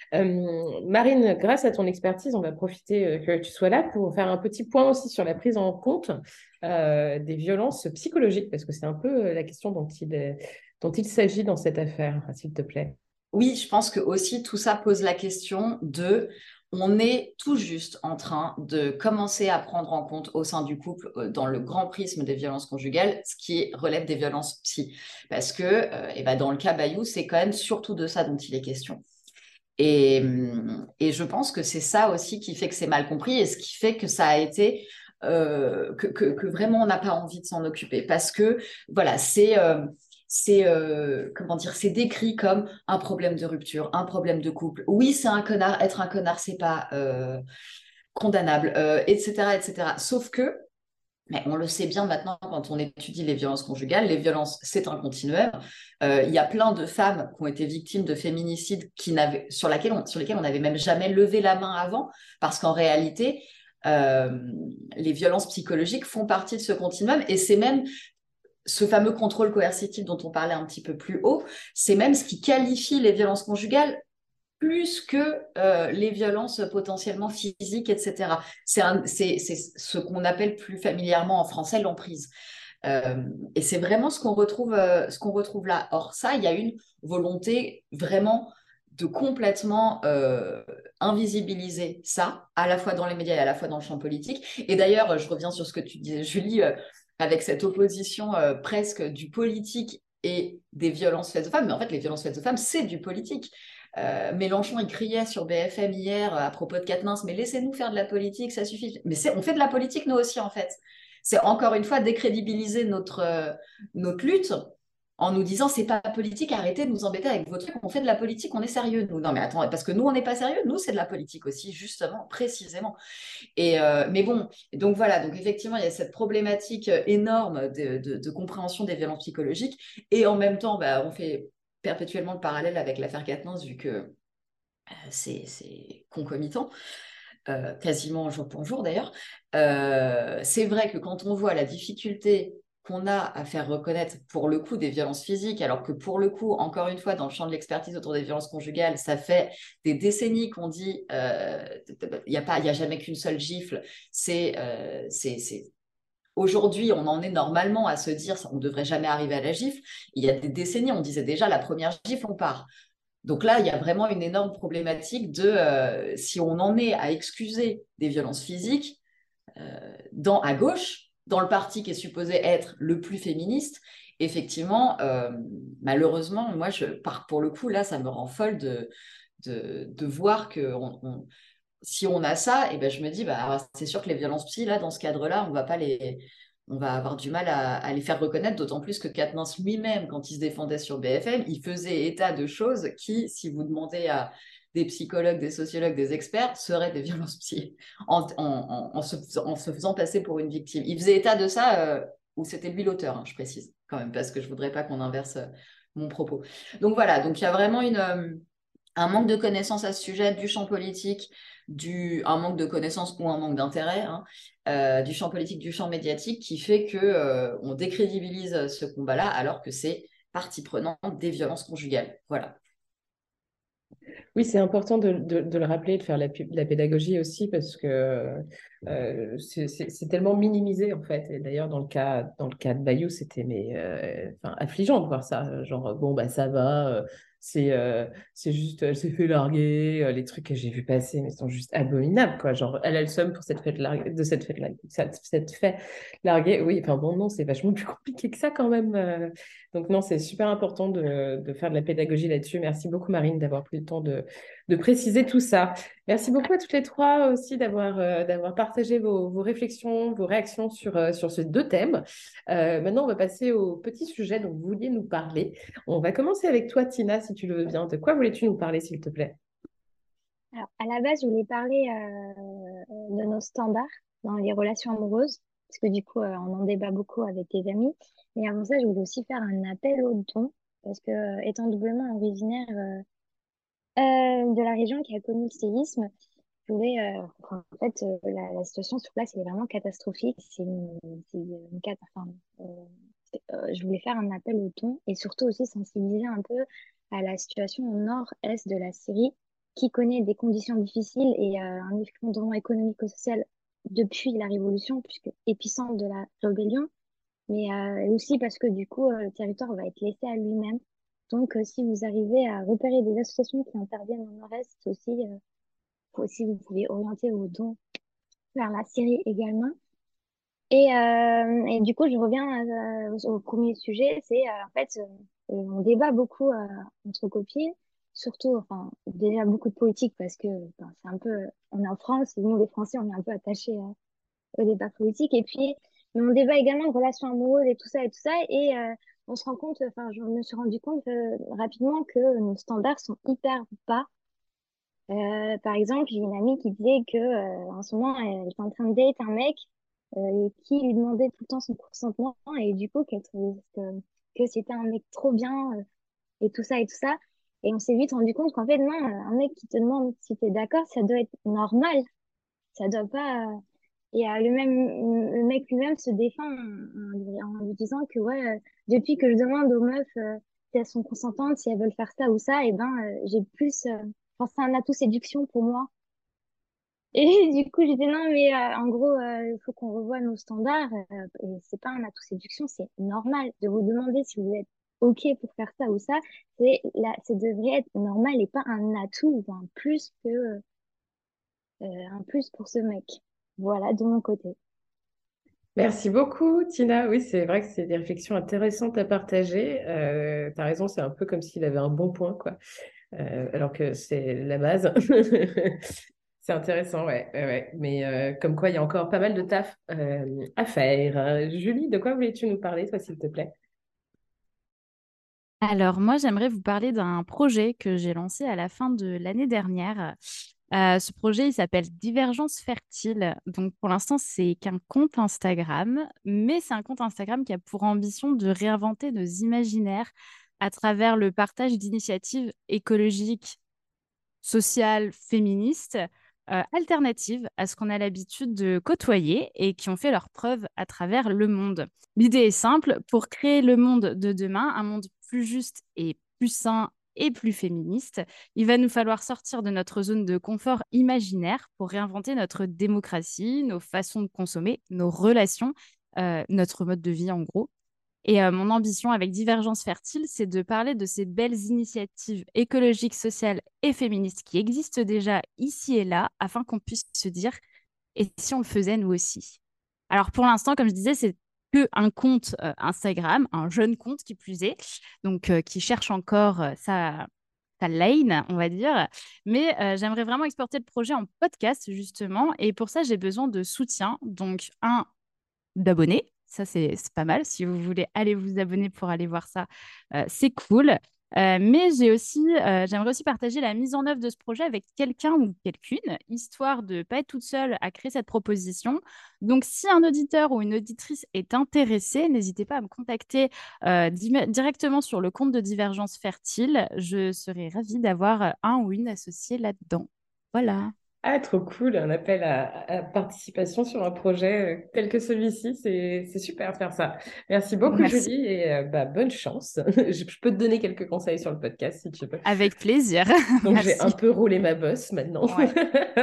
Euh, Marine, grâce à ton expertise, on va profiter euh, que tu sois là pour faire un petit point aussi sur la prise en compte euh, des violences psychologiques, parce que c'est un peu euh, la question dont il, est- dont il s'agit dans cette affaire, s'il te plaît. Oui, je pense que aussi tout ça pose la question de, on est tout juste en train de commencer à prendre en compte au sein du couple, euh, dans le grand prisme des violences conjugales, ce qui relève des violences psy. Parce que, euh, eh ben, dans le cas Bayou, c'est quand même surtout de ça dont il est question. Et, hum, et je pense que c'est ça aussi qui fait que c'est mal compris et ce qui fait que ça a été euh, que, que, que vraiment on n'a pas envie de s'en occuper parce que voilà, c'est euh, c'est euh, comment dire, c'est décrit comme un problème de rupture, un problème de couple. Oui, c'est un connard, être un connard, c'est pas euh, condamnable, euh, et cetera, et cetera. Sauf que mais on le sait bien maintenant quand on étudie les violences conjugales, les violences, c'est un continuum. Euh, il y a plein de femmes qui ont été victimes de féminicides qui n'avaient, sur, laquelle on, sur lesquelles on n'avait même jamais levé la main avant, parce qu'en réalité, euh, les violences psychologiques font partie de ce continuum, et c'est même ce fameux contrôle coercitif dont on parlait un petit peu plus haut, c'est même ce qui qualifie les violences conjugales plus que euh, les violences potentiellement physiques, et cetera. C'est, un, c'est, c'est ce qu'on appelle plus familièrement en français l'emprise. Euh, et c'est vraiment ce qu'on retrouve, euh, ce qu'on retrouve là. Or, ça, il y a une volonté vraiment de complètement euh, invisibiliser ça, à la fois dans les médias et à la fois dans le champ politique. Et d'ailleurs, je reviens sur ce que tu disais, Julie, euh, avec cette opposition euh, presque du politique et des violences faites aux femmes. Mais en fait, les violences faites aux femmes, c'est du politique. Euh, Mélenchon, il criait sur B F M hier euh, à propos de Quatennens, mais laissez-nous faire de la politique, ça suffit. Mais on fait de la politique, nous aussi, en fait. C'est encore une fois décrédibiliser notre, euh, notre lutte en nous disant c'est pas politique, arrêtez de nous embêter avec vos trucs, on fait de la politique, on est sérieux, nous. Non mais attends, parce que nous, on n'est pas sérieux, nous, c'est de la politique aussi, justement, précisément. Et euh, mais bon, donc voilà, donc effectivement, il y a cette problématique énorme de, de, de compréhension des violences psychologiques, et en même temps, bah, on fait perpétuellement le parallèle avec l'affaire Quatennens, vu que euh, c'est concomitant. Euh, quasiment jour pour jour d'ailleurs. Euh, c'est vrai que quand on voit la difficulté qu'on a à faire reconnaître pour le coup des violences physiques, alors que pour le coup, encore une fois, dans le champ de l'expertise autour des violences conjugales, ça fait des décennies qu'on dit il euh, n'y a, a jamais qu'une seule gifle. C'est euh, Aujourd'hui, on en est normalement à se dire on ne devrait jamais arriver à la gifle. Il y a des décennies, on disait déjà la première gifle, on part. Donc là, il y a vraiment une énorme problématique de euh, si on en est à excuser des violences physiques euh, dans, à gauche, dans le parti qui est supposé être le plus féministe, effectivement, euh, malheureusement, moi, je, par, pour le coup, là, ça me rend folle de, de, de voir que on, on, si on a ça, et ben, je me dis, bah, c'est sûr que les violences psy, là, dans ce cadre-là, on va pas les on va avoir du mal à, à les faire reconnaître, d'autant plus que Quatennens lui-même, quand il se défendait sur B F M, il faisait état de choses qui, si vous demandez à des psychologues, des sociologues, des experts, seraient des violences psy, en, en, en, en, se, en se faisant passer pour une victime. Il faisait état de ça, euh, où c'était lui l'auteur, hein, je précise, quand même, parce que je ne voudrais pas qu'on inverse euh, mon propos. Donc voilà, donc il y a vraiment une... Euh, un manque de connaissances à ce sujet du champ politique, du, un manque de connaissances ou un manque d'intérêt hein, euh, du champ politique, du champ médiatique, qui fait que euh, on décrédibilise ce combat-là alors que c'est partie prenante des violences conjugales. Voilà. Oui, c'est important de, de- de le rappeler, de faire la, pu- la pédagogie aussi, parce que euh, c'est c'est- c'est tellement minimisé, en fait. Et d'ailleurs, dans le cas, dans le cas de Bayou, c'était mais, euh, enfin, affligeant de voir ça. Genre, bon, bah, ça va, euh, c'est euh, c'est juste, elle s'est fait larguer. Euh, les trucs que j'ai vu passer, mais sont juste abominables, quoi. Genre, elle a le seum pour cette fête larguée, de cette fête, larguée- cette, cette fête larguée. Oui, enfin, bon, non, c'est vachement plus compliqué que ça, quand même. euh. Donc, non, c'est super important de, de faire de la pédagogie là-dessus. Merci beaucoup, Marine, d'avoir pris le temps de de préciser tout ça. Merci beaucoup à toutes les trois aussi d'avoir euh, d'avoir partagé vos, vos réflexions, vos réactions sur, euh, sur ces deux thèmes. Euh, maintenant, on va passer au petit sujet dont vous vouliez nous parler. On va commencer avec toi, Tina, si tu le veux bien. De quoi voulais-tu nous parler, s'il te plaît? Alors, à la base, je voulais parler euh, de nos standards dans les relations amoureuses, parce que du coup, euh, on en débat beaucoup avec tes amis. Mais avant ça, je voulais aussi faire un appel aux dons, parce que, euh, étant doublement originaire euh, euh, de la région qui a connu le séisme, je voulais, euh, enfin, en fait, euh, la, la situation sur place, elle est vraiment catastrophique. C'est une, c'est une cat- enfin, euh, c'est- euh, je voulais faire un appel aux dons et surtout aussi sensibiliser un peu à la situation au nord-est de la Syrie, qui connaît des conditions difficiles et euh, un effondrement économique-social depuis la révolution, puisque épicentre de la rébellion, mais euh, aussi parce que du coup, euh, le territoire va être laissé à lui-même. Donc, euh, si vous arrivez à repérer des associations qui interviennent au nord-est, c'est aussi euh, aussi, vous pouvez orienter vos dons vers la Syrie également. Et, euh, et du coup, je reviens euh, au premier sujet, c'est euh, en fait, euh, on débat beaucoup euh, entre copines, surtout, enfin, déjà beaucoup de politique parce que enfin, c'est un peu, on est en France, et nous les Français, on est un peu attachés euh, au débat politique. Et puis, mais on débat également de relations amoureuses et tout ça et tout ça. Et euh, on se rend compte, enfin, je me suis rendu compte euh, rapidement que nos standards sont hyper bas. Euh, par exemple, j'ai une amie qui disait que euh, en ce moment, elle était en train de date un mec euh, qui lui demandait tout le temps son consentement et du coup qu'elle trouvait que, que c'était un mec trop bien euh, et tout ça et tout ça. Et on s'est vite rendu compte qu'en fait, non, euh, un mec qui te demande si t'es d'accord, ça doit être normal. Ça doit pas. euh, Et euh, le même, le mec lui-même se défend en, en lui en lui disant que ouais, euh, depuis que je demande aux meufs euh, si elles sont consentantes, si elles veulent faire ça ou ça, et ben euh, j'ai plus. euh, Enfin, c'est un atout séduction pour moi. Et du coup, j'ai dit non, mais euh, en gros, euh, il faut qu'on revoie nos standards. Euh, et c'est pas un atout séduction, c'est normal de vous demander si vous êtes OK pour faire ça ou ça. C'est là, ça devrait être normal et pas un atout ou un plus que euh, un plus pour ce mec. Voilà, de mon côté. Merci beaucoup, Tina. Oui, c'est vrai que c'est des réflexions intéressantes à partager. Euh, tu as raison, c'est un peu comme s'il avait un bon point, quoi. Euh, alors que c'est la base. C'est intéressant, ouais, ouais, ouais. Mais euh, comme quoi, il y a encore pas mal de taf euh, à faire. Euh, Julie, de quoi voulais-tu nous parler, toi, s'il te plaît? Alors, moi, j'aimerais vous parler d'un projet que j'ai lancé à la fin de l'année dernière. Euh, ce projet, il s'appelle Divergence Fertile. Donc, pour l'instant, c'est qu'un compte Instagram, mais c'est un compte Instagram qui a pour ambition de réinventer nos imaginaires à travers le partage d'initiatives écologiques, sociales, féministes, euh, alternatives à ce qu'on a l'habitude de côtoyer et qui ont fait leurs preuves à travers le monde. L'idée est simple, pour créer le monde de demain, un monde plus juste et plus sain et plus féministe, il va nous falloir sortir de notre zone de confort imaginaire pour réinventer notre démocratie, nos façons de consommer, nos relations, euh, notre mode de vie en gros. Et euh, mon ambition avec Divergence Fertile, c'est de parler de ces belles initiatives écologiques, sociales et féministes qui existent déjà ici et là, afin qu'on puisse se dire, et si on le faisait nous aussi? Alors pour l'instant, comme je disais, c'est que un compte euh, Instagram, un jeune compte qui plus est, donc euh, qui cherche encore euh, sa, sa lane, on va dire. Mais euh, j'aimerais vraiment exporter le projet en podcast, justement, et pour ça, j'ai besoin de soutien. Donc, un, d'abonnés. Ça, c'est c'est pas mal. Si vous voulez aller vous abonner pour aller voir ça, euh, c'est cool. Euh, mais j'ai aussi, euh, j'aimerais aussi partager la mise en œuvre de ce projet avec quelqu'un ou quelqu'une, histoire de ne pas être toute seule à créer cette proposition. Donc, si un auditeur ou une auditrice est intéressé, n'hésitez pas à me contacter euh, di- directement sur le compte de Divergence Fertile. Je serais ravie d'avoir euh, un ou une associée là-dedans. Voilà. Ah, trop cool, un appel à, à participation sur un projet euh, tel que celui-ci, c'est c'est super de faire ça. Merci beaucoup, Merci. Julie, et euh, bah, bonne chance. Je, je peux te donner quelques conseils sur le podcast si tu veux. Avec plaisir. Donc, je vais un Merci. peu rouler ma bosse maintenant. Ouais.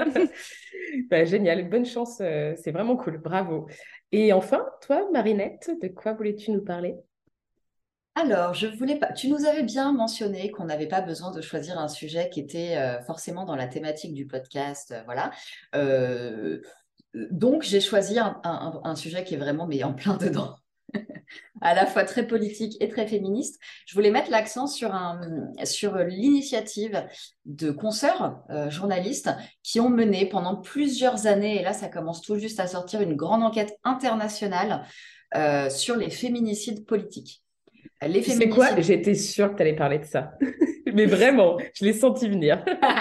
Bah, génial, bonne chance, euh, c'est vraiment cool, bravo. Et enfin, toi, Marinette, de quoi voulais-tu nous parler? Alors, je voulais pas. Tu nous avais bien mentionné qu'on n'avait pas besoin de choisir un sujet qui était euh, forcément dans la thématique du podcast, euh, voilà. Euh, donc, j'ai choisi un, un- un sujet qui est vraiment mais en plein dedans, à la fois très politique et très féministe. Je voulais mettre l'accent sur un, sur l'initiative de consoeurs euh, journalistes qui ont mené pendant plusieurs années, et là, ça commence tout juste à sortir, une grande enquête internationale euh, sur les féminicides politiques. Les Tu sais quoi? féminicides. J'étais sûre que tu allais parler de ça. Mais vraiment, je l'ai senti venir.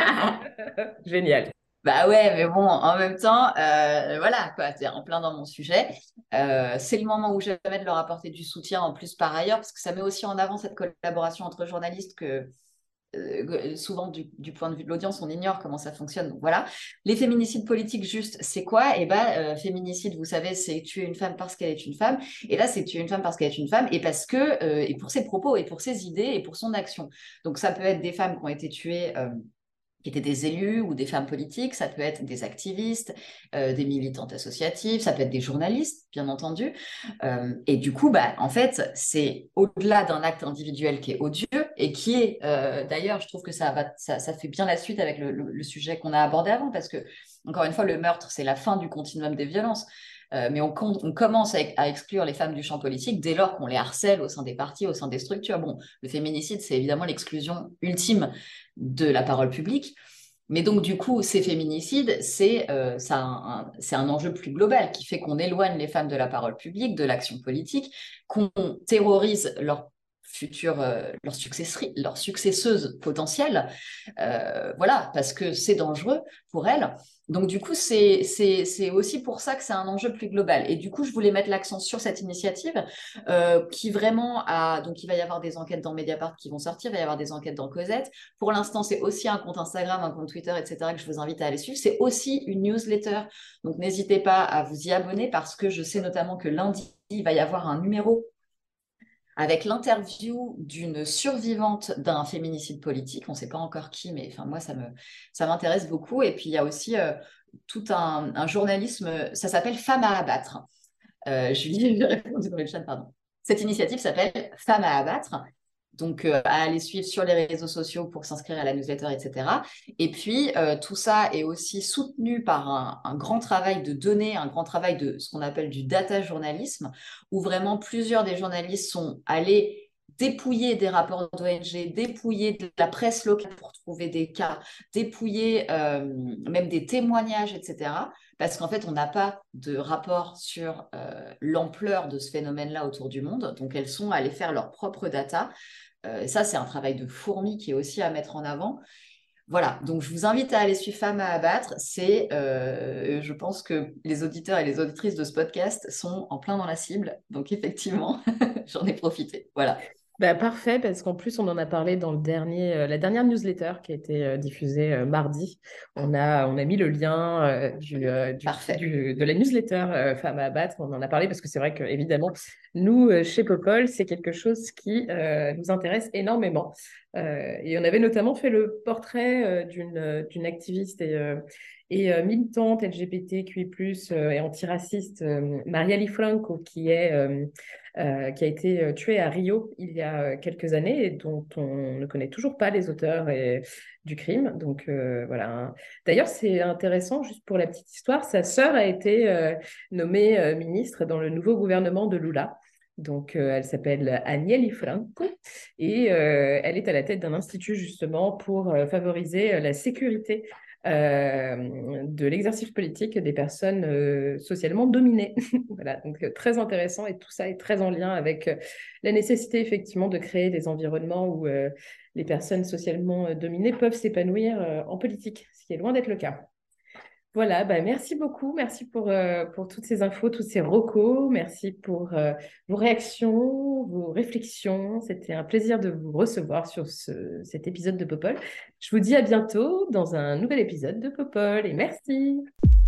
Génial. Bah ouais, mais bon, en même temps, euh, voilà, quoi, c'est en plein dans mon sujet. Euh, c'est le moment où j'avais de leur apporter du soutien en plus par ailleurs, parce que ça met aussi en avant cette collaboration entre journalistes que euh, souvent du, du point de vue de l'audience, on ignore comment ça fonctionne. Donc voilà. Les féminicides politiques, juste, c'est quoi? Eh ben, euh, féminicide, vous savez, c'est tuer une femme parce qu'elle est une femme. Et là, c'est tuer une femme parce qu'elle est une femme et parce que, euh, et pour ses propos, et pour ses idées, et pour son action. Donc ça peut être des femmes qui ont été tuées. Euh, qui étaient des élus ou des femmes politiques, ça peut être des activistes, euh, des militantes associatives, ça peut être des journalistes, bien entendu. Euh, et du coup, bah, en fait, c'est au-delà d'un acte individuel qui est odieux et qui est, euh, d'ailleurs, je trouve que ça, va, ça, ça fait bien la suite avec le, le, le sujet qu'on a abordé avant, parce que, encore une fois, le meurtre, c'est la fin du continuum des violences. Euh, mais on, on commence à, à exclure les femmes du champ politique dès lors qu'on les harcèle au sein des partis, au sein des structures. Bon, le féminicide, c'est évidemment l'exclusion ultime de la parole publique. Mais donc, du coup, ces féminicides, c'est euh, un, un, un enjeu plus global qui fait qu'on éloigne les femmes de la parole publique, de l'action politique, qu'on terrorise leurs futures, euh, leurs, leurs successeuses potentielles, euh, voilà, parce que c'est dangereux pour elles. Donc, du coup, c'est aussi pour ça que c'est un enjeu plus global. Et du coup, je voulais mettre l'accent sur cette initiative euh, qui vraiment a... Donc, il va y avoir des enquêtes dans Mediapart qui vont sortir, il va y avoir des enquêtes dans Cosette. Pour l'instant, c'est aussi un compte Instagram, un compte Twitter, et cetera que je vous invite à aller suivre. C'est aussi une newsletter. Donc, n'hésitez pas à vous y abonner parce que je sais notamment que lundi, il va y avoir un numéro avec l'interview d'une survivante d'un féminicide politique. On ne sait pas encore qui, mais enfin, moi, ça me, ça m'intéresse beaucoup. Et puis, il y a aussi euh, tout un, un journalisme, ça s'appelle Femmes à abattre. Euh, Julie, j'ai répondu dans le chat, pardon. Cette initiative s'appelle Femmes à abattre. Donc, euh, à aller suivre sur les réseaux sociaux pour s'inscrire à la newsletter, et cetera. Et puis, euh, tout ça est aussi soutenu par un, un grand travail de données, un grand travail de ce qu'on appelle du data journalisme, où vraiment plusieurs des journalistes sont allés dépouiller des rapports d'O N G, dépouiller de la presse locale pour trouver des cas, dépouiller euh, même des témoignages, et cetera. Parce qu'en fait, on n'a pas de rapport sur euh, l'ampleur de ce phénomène-là autour du monde. Donc, elles sont allées faire leur propre data. Euh, et ça, c'est un travail de fourmi qui est aussi à mettre en avant. Voilà, donc je vous invite à aller suivre Femmes à abattre. C'est, euh, je pense que les auditeurs et les auditrices de ce podcast sont en plein dans la cible. Donc effectivement, j'en ai profité. Voilà. Bah, parfait, parce qu'en plus, on en a parlé dans le dernier, euh, la dernière newsletter qui a été euh, diffusée euh, mardi. On a, on a mis le lien euh, du, euh, du, Parfait. du- de la newsletter euh, Femmes à abattre. On en a parlé parce que c'est vrai que, évidemment, nous, euh, chez Popol, c'est quelque chose qui euh, nous intéresse énormément. Euh, et on avait notamment fait le portrait euh, d'une, euh, d'une activiste et, euh, et euh, militante L G B T Q I plus, euh, et antiraciste, euh, Marielle Franco, qui est... euh, euh, qui a été euh, tuée à Rio il y a euh, quelques années et dont on ne connaît toujours pas les auteurs et, du crime. Donc euh, voilà. D'ailleurs, c'est intéressant, juste pour la petite histoire, sa sœur a été euh, nommée euh, ministre dans le nouveau gouvernement de Lula. Donc, euh, elle s'appelle Agnelli Franco et euh, elle est à la tête d'un institut justement pour euh, favoriser euh, la sécurité euh, de l'exercice politique des personnes euh, socialement dominées. Voilà, donc euh, très intéressant et tout ça est très en lien avec euh, la nécessité effectivement de créer des environnements où euh, les personnes socialement euh, dominées peuvent s'épanouir euh, en politique, ce qui est loin d'être le cas. Voilà, bah merci beaucoup, merci pour, euh, pour toutes ces infos, tous ces recos, merci pour euh, vos réactions, vos réflexions. C'était un plaisir de vous recevoir sur ce, cet épisode de Popol. Je vous dis à bientôt dans un nouvel épisode de Popol et merci.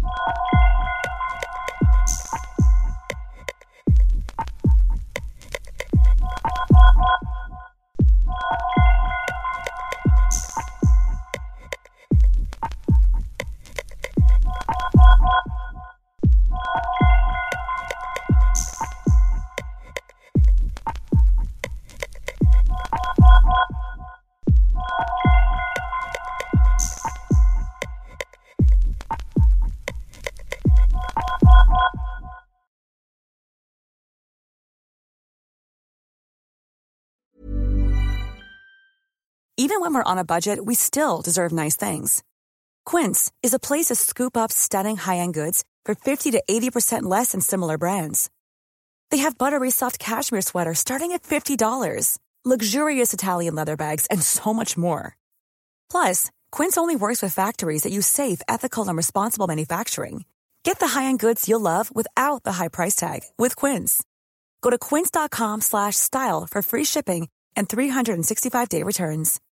Even when we're on a budget, we still deserve nice things. Quince is a place to scoop up stunning high-end goods for fifty to eighty percent less than similar brands. They have buttery soft cashmere sweaters starting at fifty dollars, luxurious Italian leather bags, and so much more. Plus, Quince only works with factories that use safe, ethical, and responsible manufacturing. Get the high-end goods you'll love without the high price tag with Quince. Go to quince.com slash style for free shipping and three sixty-five day returns.